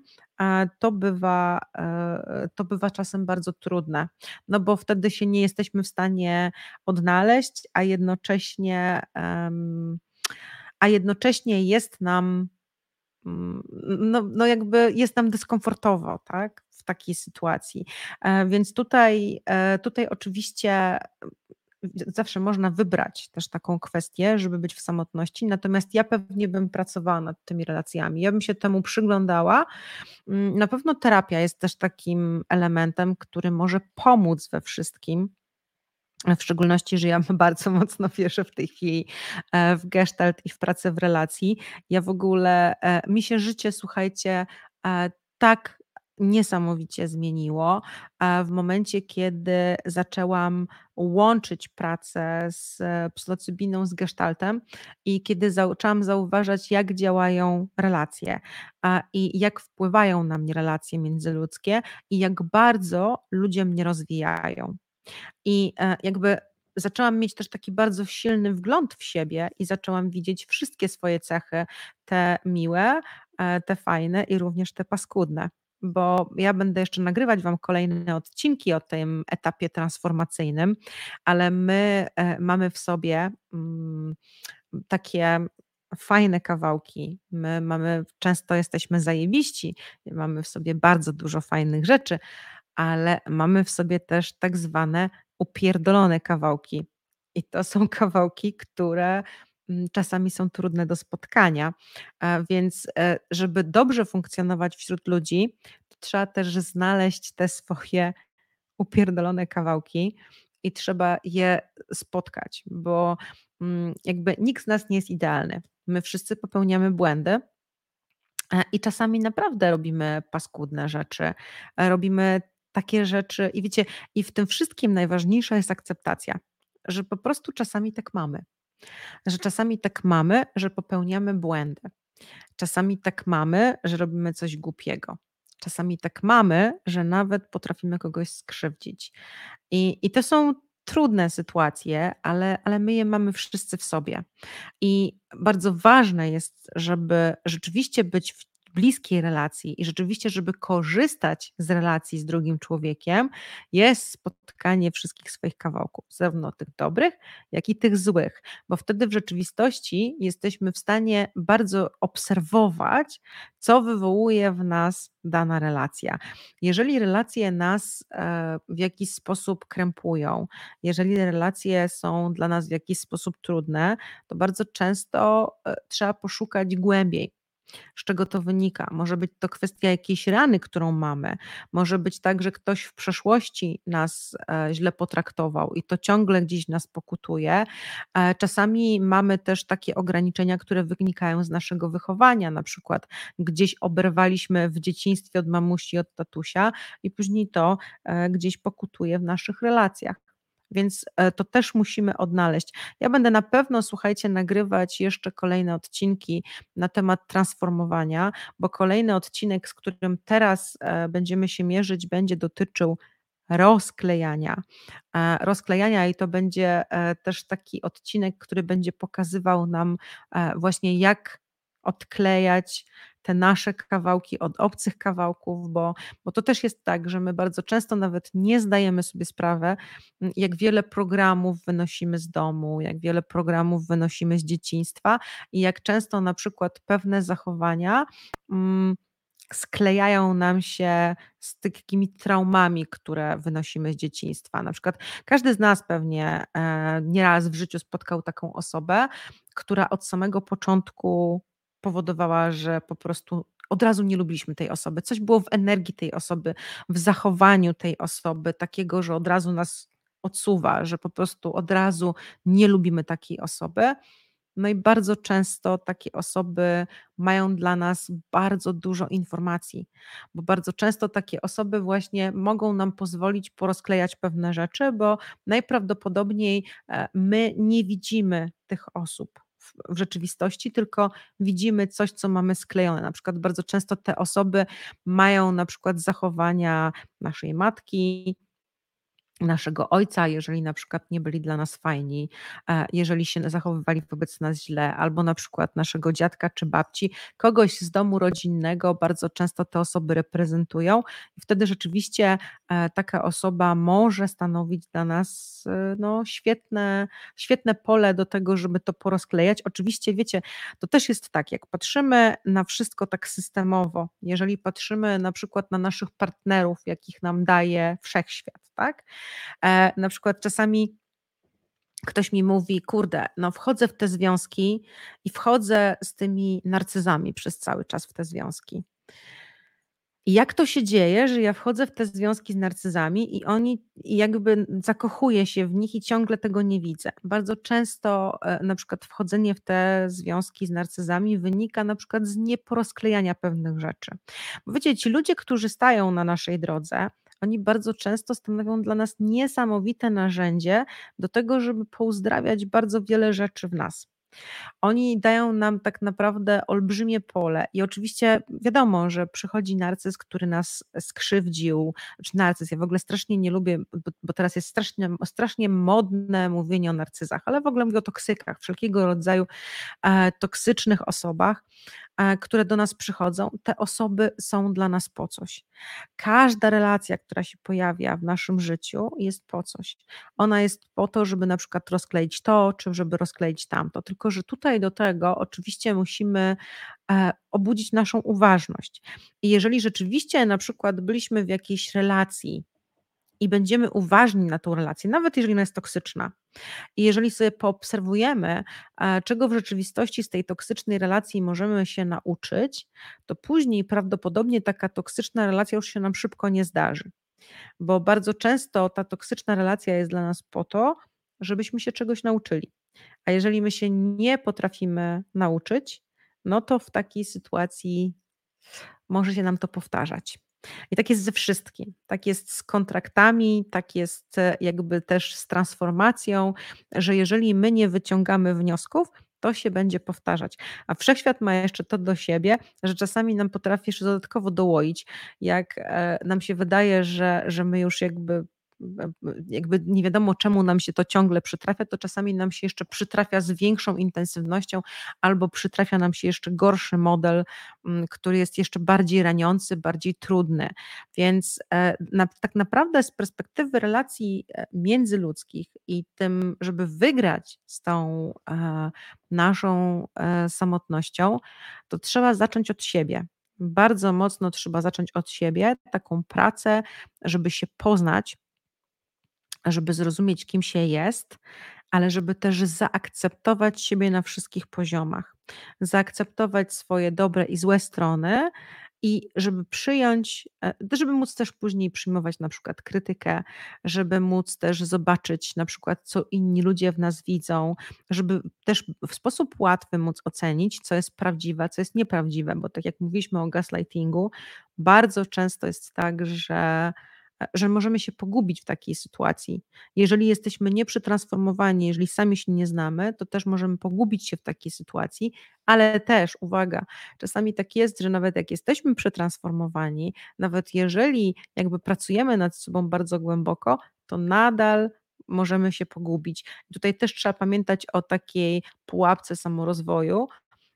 to bywa czasem bardzo trudne, no bo wtedy się nie jesteśmy w stanie odnaleźć, a jednocześnie jest nam no jakby jest nam dyskomfortowo, tak, w takiej sytuacji. Więc tutaj oczywiście zawsze można wybrać też taką kwestię, żeby być w samotności, natomiast ja pewnie bym pracowała nad tymi relacjami. Ja bym się temu przyglądała. Na pewno terapia jest też takim elementem, który może pomóc we wszystkim. W szczególności, że ja bardzo mocno wierzę w tej chwili w gestalt i w pracę w relacji. Ja w ogóle mi się życie, słuchajcie, tak niesamowicie zmieniło w momencie, kiedy zaczęłam łączyć pracę z psylocybiną, z gestaltem i kiedy zaczęłam zauważać, jak działają relacje i jak wpływają na mnie relacje międzyludzkie i jak bardzo ludzie mnie rozwijają. I jakby zaczęłam mieć też taki bardzo silny wgląd w siebie i zaczęłam widzieć wszystkie swoje cechy, te miłe, te fajne i również te paskudne. Bo ja będę jeszcze nagrywać Wam kolejne odcinki o tym etapie transformacyjnym, ale my mamy w sobie takie fajne kawałki. Często jesteśmy zajebiści, mamy w sobie bardzo dużo fajnych rzeczy, ale mamy w sobie też tak zwane upierdolone kawałki. I to są kawałki, które czasami są trudne do spotkania. Więc żeby dobrze funkcjonować wśród ludzi, to trzeba też znaleźć te swoje upierdolone kawałki i trzeba je spotkać, bo jakby nikt z nas nie jest idealny. My wszyscy popełniamy błędy, i czasami naprawdę robimy paskudne rzeczy, robimy takie rzeczy i wiecie, i w tym wszystkim najważniejsza jest akceptacja, że po prostu czasami tak mamy, że czasami tak mamy, że popełniamy błędy. Czasami tak mamy, że robimy coś głupiego. Czasami tak mamy, że nawet potrafimy kogoś skrzywdzić. I to są trudne sytuacje, ale my je mamy wszyscy w sobie. I bardzo ważne jest, żeby rzeczywiście być w bliskiej relacji i rzeczywiście, żeby korzystać z relacji z drugim człowiekiem, jest spotkanie wszystkich swoich kawałków, zarówno tych dobrych, jak i tych złych, bo wtedy w rzeczywistości jesteśmy w stanie bardzo obserwować, co wywołuje w nas dana relacja. Jeżeli relacje nas w jakiś sposób krępują, jeżeli relacje są dla nas w jakiś sposób trudne, to bardzo często trzeba poszukać głębiej. Z czego to wynika? Może być to kwestia jakiejś rany, którą mamy. Może być tak, że ktoś w przeszłości nas źle potraktował i to ciągle gdzieś nas pokutuje. Czasami mamy też takie ograniczenia, które wynikają z naszego wychowania, na przykład gdzieś oberwaliśmy w dzieciństwie od mamusi, od tatusia i później to gdzieś pokutuje w naszych relacjach. Więc to też musimy odnaleźć. Ja będę na pewno, słuchajcie, nagrywać jeszcze kolejne odcinki na temat transformowania, bo kolejny odcinek, z którym teraz będziemy się mierzyć, będzie dotyczył rozklejania. Rozklejania i to będzie też taki odcinek, który będzie pokazywał nam właśnie, jak odklejać te nasze kawałki od obcych kawałków, bo to też jest tak, że my bardzo często nawet nie zdajemy sobie sprawy, jak wiele programów wynosimy z domu, jak wiele programów wynosimy z dzieciństwa i jak często na przykład pewne zachowania mm, sklejają nam się z takimi traumami, które wynosimy z dzieciństwa. Na przykład każdy z nas pewnie nieraz w życiu spotkał taką osobę, która od samego początku powodowała, że po prostu od razu nie lubiliśmy tej osoby. Coś było w energii tej osoby, w zachowaniu tej osoby, takiego, że od razu nas odsuwa, że po prostu od razu nie lubimy takiej osoby. No i bardzo często takie osoby mają dla nas bardzo dużo informacji, bo bardzo często takie osoby właśnie mogą nam pozwolić porozklejać pewne rzeczy, bo najprawdopodobniej my nie widzimy tych osób w rzeczywistości, tylko widzimy coś, co mamy sklejone. Na przykład bardzo często te osoby mają na przykład zachowania naszej matki, naszego ojca, jeżeli na przykład nie byli dla nas fajni, jeżeli się zachowywali wobec nas źle, albo na przykład naszego dziadka czy babci, kogoś z domu rodzinnego, bardzo często te osoby reprezentują i wtedy rzeczywiście taka osoba może stanowić dla nas no, świetne pole do tego, żeby to porozklejać. Oczywiście wiecie, to też jest tak, jak patrzymy na wszystko tak systemowo, jeżeli patrzymy na przykład na naszych partnerów, jakich nam daje wszechświat, tak? Na przykład czasami ktoś mi mówi, kurde, no wchodzę w te związki i wchodzę z tymi narcyzami przez cały czas w te związki. I jak to się dzieje, że ja wchodzę w te związki z narcyzami i jakby zakochuję się w nich i ciągle tego nie widzę. Bardzo często na przykład wchodzenie w te związki z narcyzami wynika na przykład z nieporozklejania pewnych rzeczy. Bo wiecie, ci ludzie, którzy stają na naszej drodze, oni bardzo często stanowią dla nas niesamowite narzędzie do tego, żeby pouzdrawiać bardzo wiele rzeczy w nas. Oni dają nam tak naprawdę olbrzymie pole i oczywiście wiadomo, że przychodzi narcyz, który nas skrzywdził, czy narcyz, ja w ogóle strasznie nie lubię, bo teraz jest strasznie modne mówienie o narcyzach, ale w ogóle mówię o toksykach, wszelkiego rodzaju toksycznych osobach, które do nas przychodzą, te osoby są dla nas po coś. Każda relacja, która się pojawia w naszym życiu, jest po coś. Ona jest po to, żeby na przykład rozkleić to, czy żeby rozkleić tamto. Tylko że tutaj do tego oczywiście musimy obudzić naszą uważność. I jeżeli rzeczywiście na przykład byliśmy w jakiejś relacji i będziemy uważni na tą relację, nawet jeżeli ona jest toksyczna, i jeżeli sobie poobserwujemy, czego w rzeczywistości z tej toksycznej relacji możemy się nauczyć, to później prawdopodobnie taka toksyczna relacja już się nam szybko nie zdarzy. Bo bardzo często ta toksyczna relacja jest dla nas po to, żebyśmy się czegoś nauczyli. A jeżeli my się nie potrafimy nauczyć, no to w takiej sytuacji może się nam to powtarzać. I tak jest ze wszystkim. Tak jest z kontraktami, tak jest jakby też z transformacją, że jeżeli my nie wyciągamy wniosków, to się będzie powtarzać. A wszechświat ma jeszcze to do siebie, że czasami nam potrafi jeszcze dodatkowo dołoić, jak nam się wydaje, że my już jakby nie wiadomo czemu nam się to ciągle przytrafia, to czasami nam się jeszcze przytrafia z większą intensywnością albo przytrafia nam się jeszcze gorszy model, który jest jeszcze bardziej raniący, bardziej trudny. Więc tak naprawdę z perspektywy relacji międzyludzkich i tym, żeby wygrać z tą naszą samotnością, to trzeba zacząć od siebie. Bardzo mocno trzeba zacząć od siebie taką pracę, żeby się poznać, żeby zrozumieć, kim się jest, ale żeby też zaakceptować siebie na wszystkich poziomach. Zaakceptować swoje dobre i złe strony i żeby przyjąć, żeby móc też później przyjmować na przykład krytykę, żeby móc też zobaczyć na przykład, co inni ludzie w nas widzą, żeby też w sposób łatwy móc ocenić, co jest prawdziwe, co jest nieprawdziwe, bo tak jak mówiliśmy o gaslightingu, bardzo często jest tak, że możemy się pogubić w takiej sytuacji. Jeżeli jesteśmy nieprzetransformowani, jeżeli sami się nie znamy, to też możemy pogubić się w takiej sytuacji, ale też, uwaga, czasami tak jest, że nawet jak jesteśmy przetransformowani, nawet jeżeli jakby pracujemy nad sobą bardzo głęboko, to nadal możemy się pogubić. Tutaj też trzeba pamiętać o takiej pułapce samorozwoju,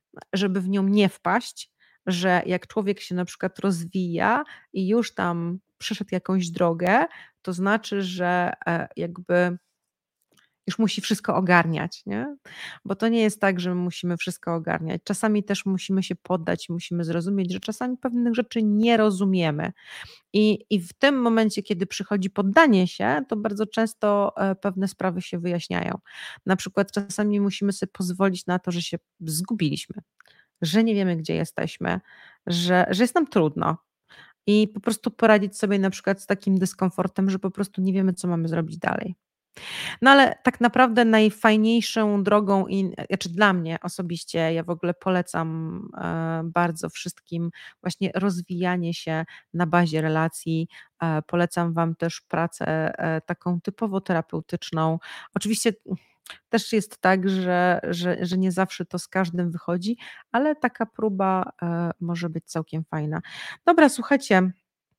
żeby w nią nie wpaść, że jak człowiek się na przykład rozwija i już tam przeszedł jakąś drogę, to znaczy, że jakby już musi wszystko ogarniać, nie? Bo to nie jest tak, że my musimy wszystko ogarniać. Czasami też musimy się poddać, musimy zrozumieć, że czasami pewnych rzeczy nie rozumiemy. I w tym momencie, kiedy przychodzi poddanie się, to bardzo często pewne sprawy się wyjaśniają. Na przykład czasami musimy sobie pozwolić na to, że się zgubiliśmy, że nie wiemy, gdzie jesteśmy, że jest nam trudno. I po prostu poradzić sobie na przykład z takim dyskomfortem, że po prostu nie wiemy, co mamy zrobić dalej. No ale tak naprawdę najfajniejszą drogą znaczy dla mnie osobiście, ja w ogóle polecam bardzo wszystkim właśnie rozwijanie się na bazie relacji. Polecam Wam też pracę taką typowo terapeutyczną. Oczywiście też jest tak, że nie zawsze to z każdym wychodzi, ale taka próba może być całkiem fajna. Dobra, słuchajcie.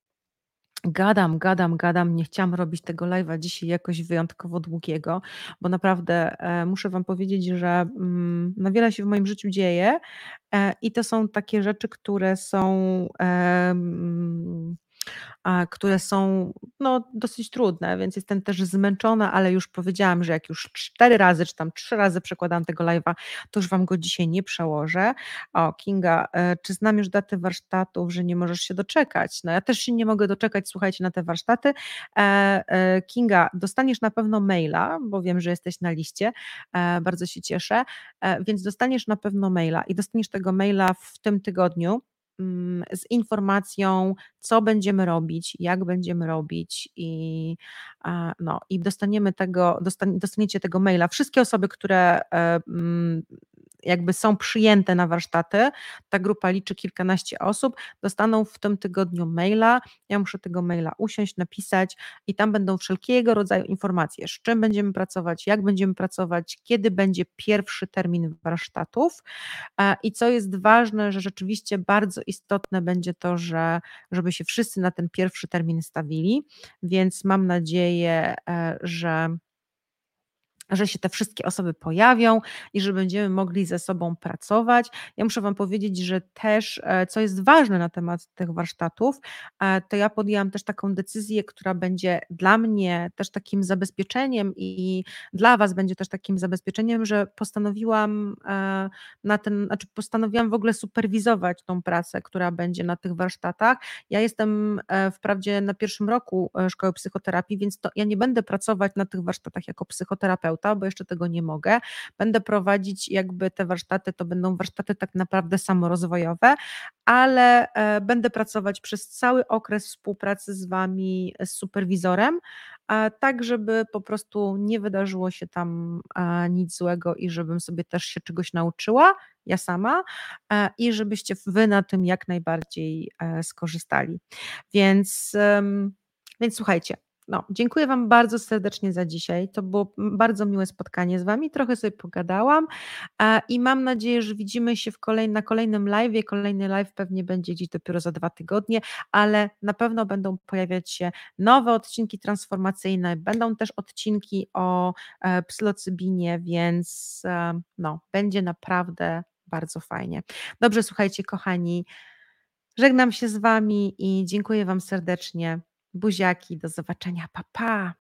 Gadam. Nie chciałam robić tego live'a dzisiaj jakoś wyjątkowo długiego, bo naprawdę muszę Wam powiedzieć, że no wiele się w moim życiu dzieje i to są takie rzeczy, które są no, dosyć trudne, więc jestem też zmęczona, ale już powiedziałam, że jak już 4 razy czy tam 3 razy przekładam tego live'a, to już Wam go dzisiaj nie przełożę. O, Kinga, czy znam już datę warsztatów, że nie możesz się doczekać? No ja też się nie mogę doczekać, słuchajcie, na te warsztaty. Kinga, dostaniesz na pewno maila, bo wiem, że jesteś na liście, bardzo się cieszę, więc dostaniesz na pewno maila i dostaniesz tego maila w tym tygodniu z informacją, co będziemy robić, jak będziemy robić no, i dostaniecie tego maila. Wszystkie osoby, które jakby są przyjęte na warsztaty, ta grupa liczy kilkanaście osób, dostaną w tym tygodniu maila, ja muszę tego maila usiąść, napisać i tam będą wszelkiego rodzaju informacje, z czym będziemy pracować, jak będziemy pracować, kiedy będzie pierwszy termin warsztatów i co jest ważne, że rzeczywiście bardzo istotne będzie to, żeby się wszyscy na ten pierwszy termin stawili, więc mam nadzieję, że się te wszystkie osoby pojawią i że będziemy mogli ze sobą pracować. Ja muszę Wam powiedzieć, że też, co jest ważne na temat tych warsztatów, to ja podjęłam też taką decyzję, która będzie dla mnie też takim zabezpieczeniem i dla Was będzie też takim zabezpieczeniem, że postanowiłam w ogóle superwizować tą pracę, która będzie na tych warsztatach. Ja jestem wprawdzie na pierwszym roku szkoły psychoterapii, więc ja nie będę pracować na tych warsztatach jako psychoterapeuta, bo jeszcze tego nie mogę. Będę prowadzić jakby te warsztaty, to będą warsztaty tak naprawdę samorozwojowe, ale będę pracować przez cały okres współpracy z Wami, z superwizorem, tak żeby po prostu nie wydarzyło się tam nic złego i żebym sobie też się czegoś nauczyła, ja sama, i żebyście Wy na tym jak najbardziej skorzystali. Więc słuchajcie, no, dziękuję Wam bardzo serdecznie za dzisiaj. To było bardzo miłe spotkanie z Wami. Trochę sobie pogadałam i mam nadzieję, że widzimy się na kolejnym live'ie. Kolejny live pewnie będzie gdzieś dopiero za 2 tygodnie, ale na pewno będą pojawiać się nowe odcinki transformacyjne. Będą też odcinki o psylocybinie, więc no, będzie naprawdę bardzo fajnie. Dobrze, słuchajcie, kochani, żegnam się z Wami i dziękuję Wam serdecznie. Buziaki, do zobaczenia, pa pa!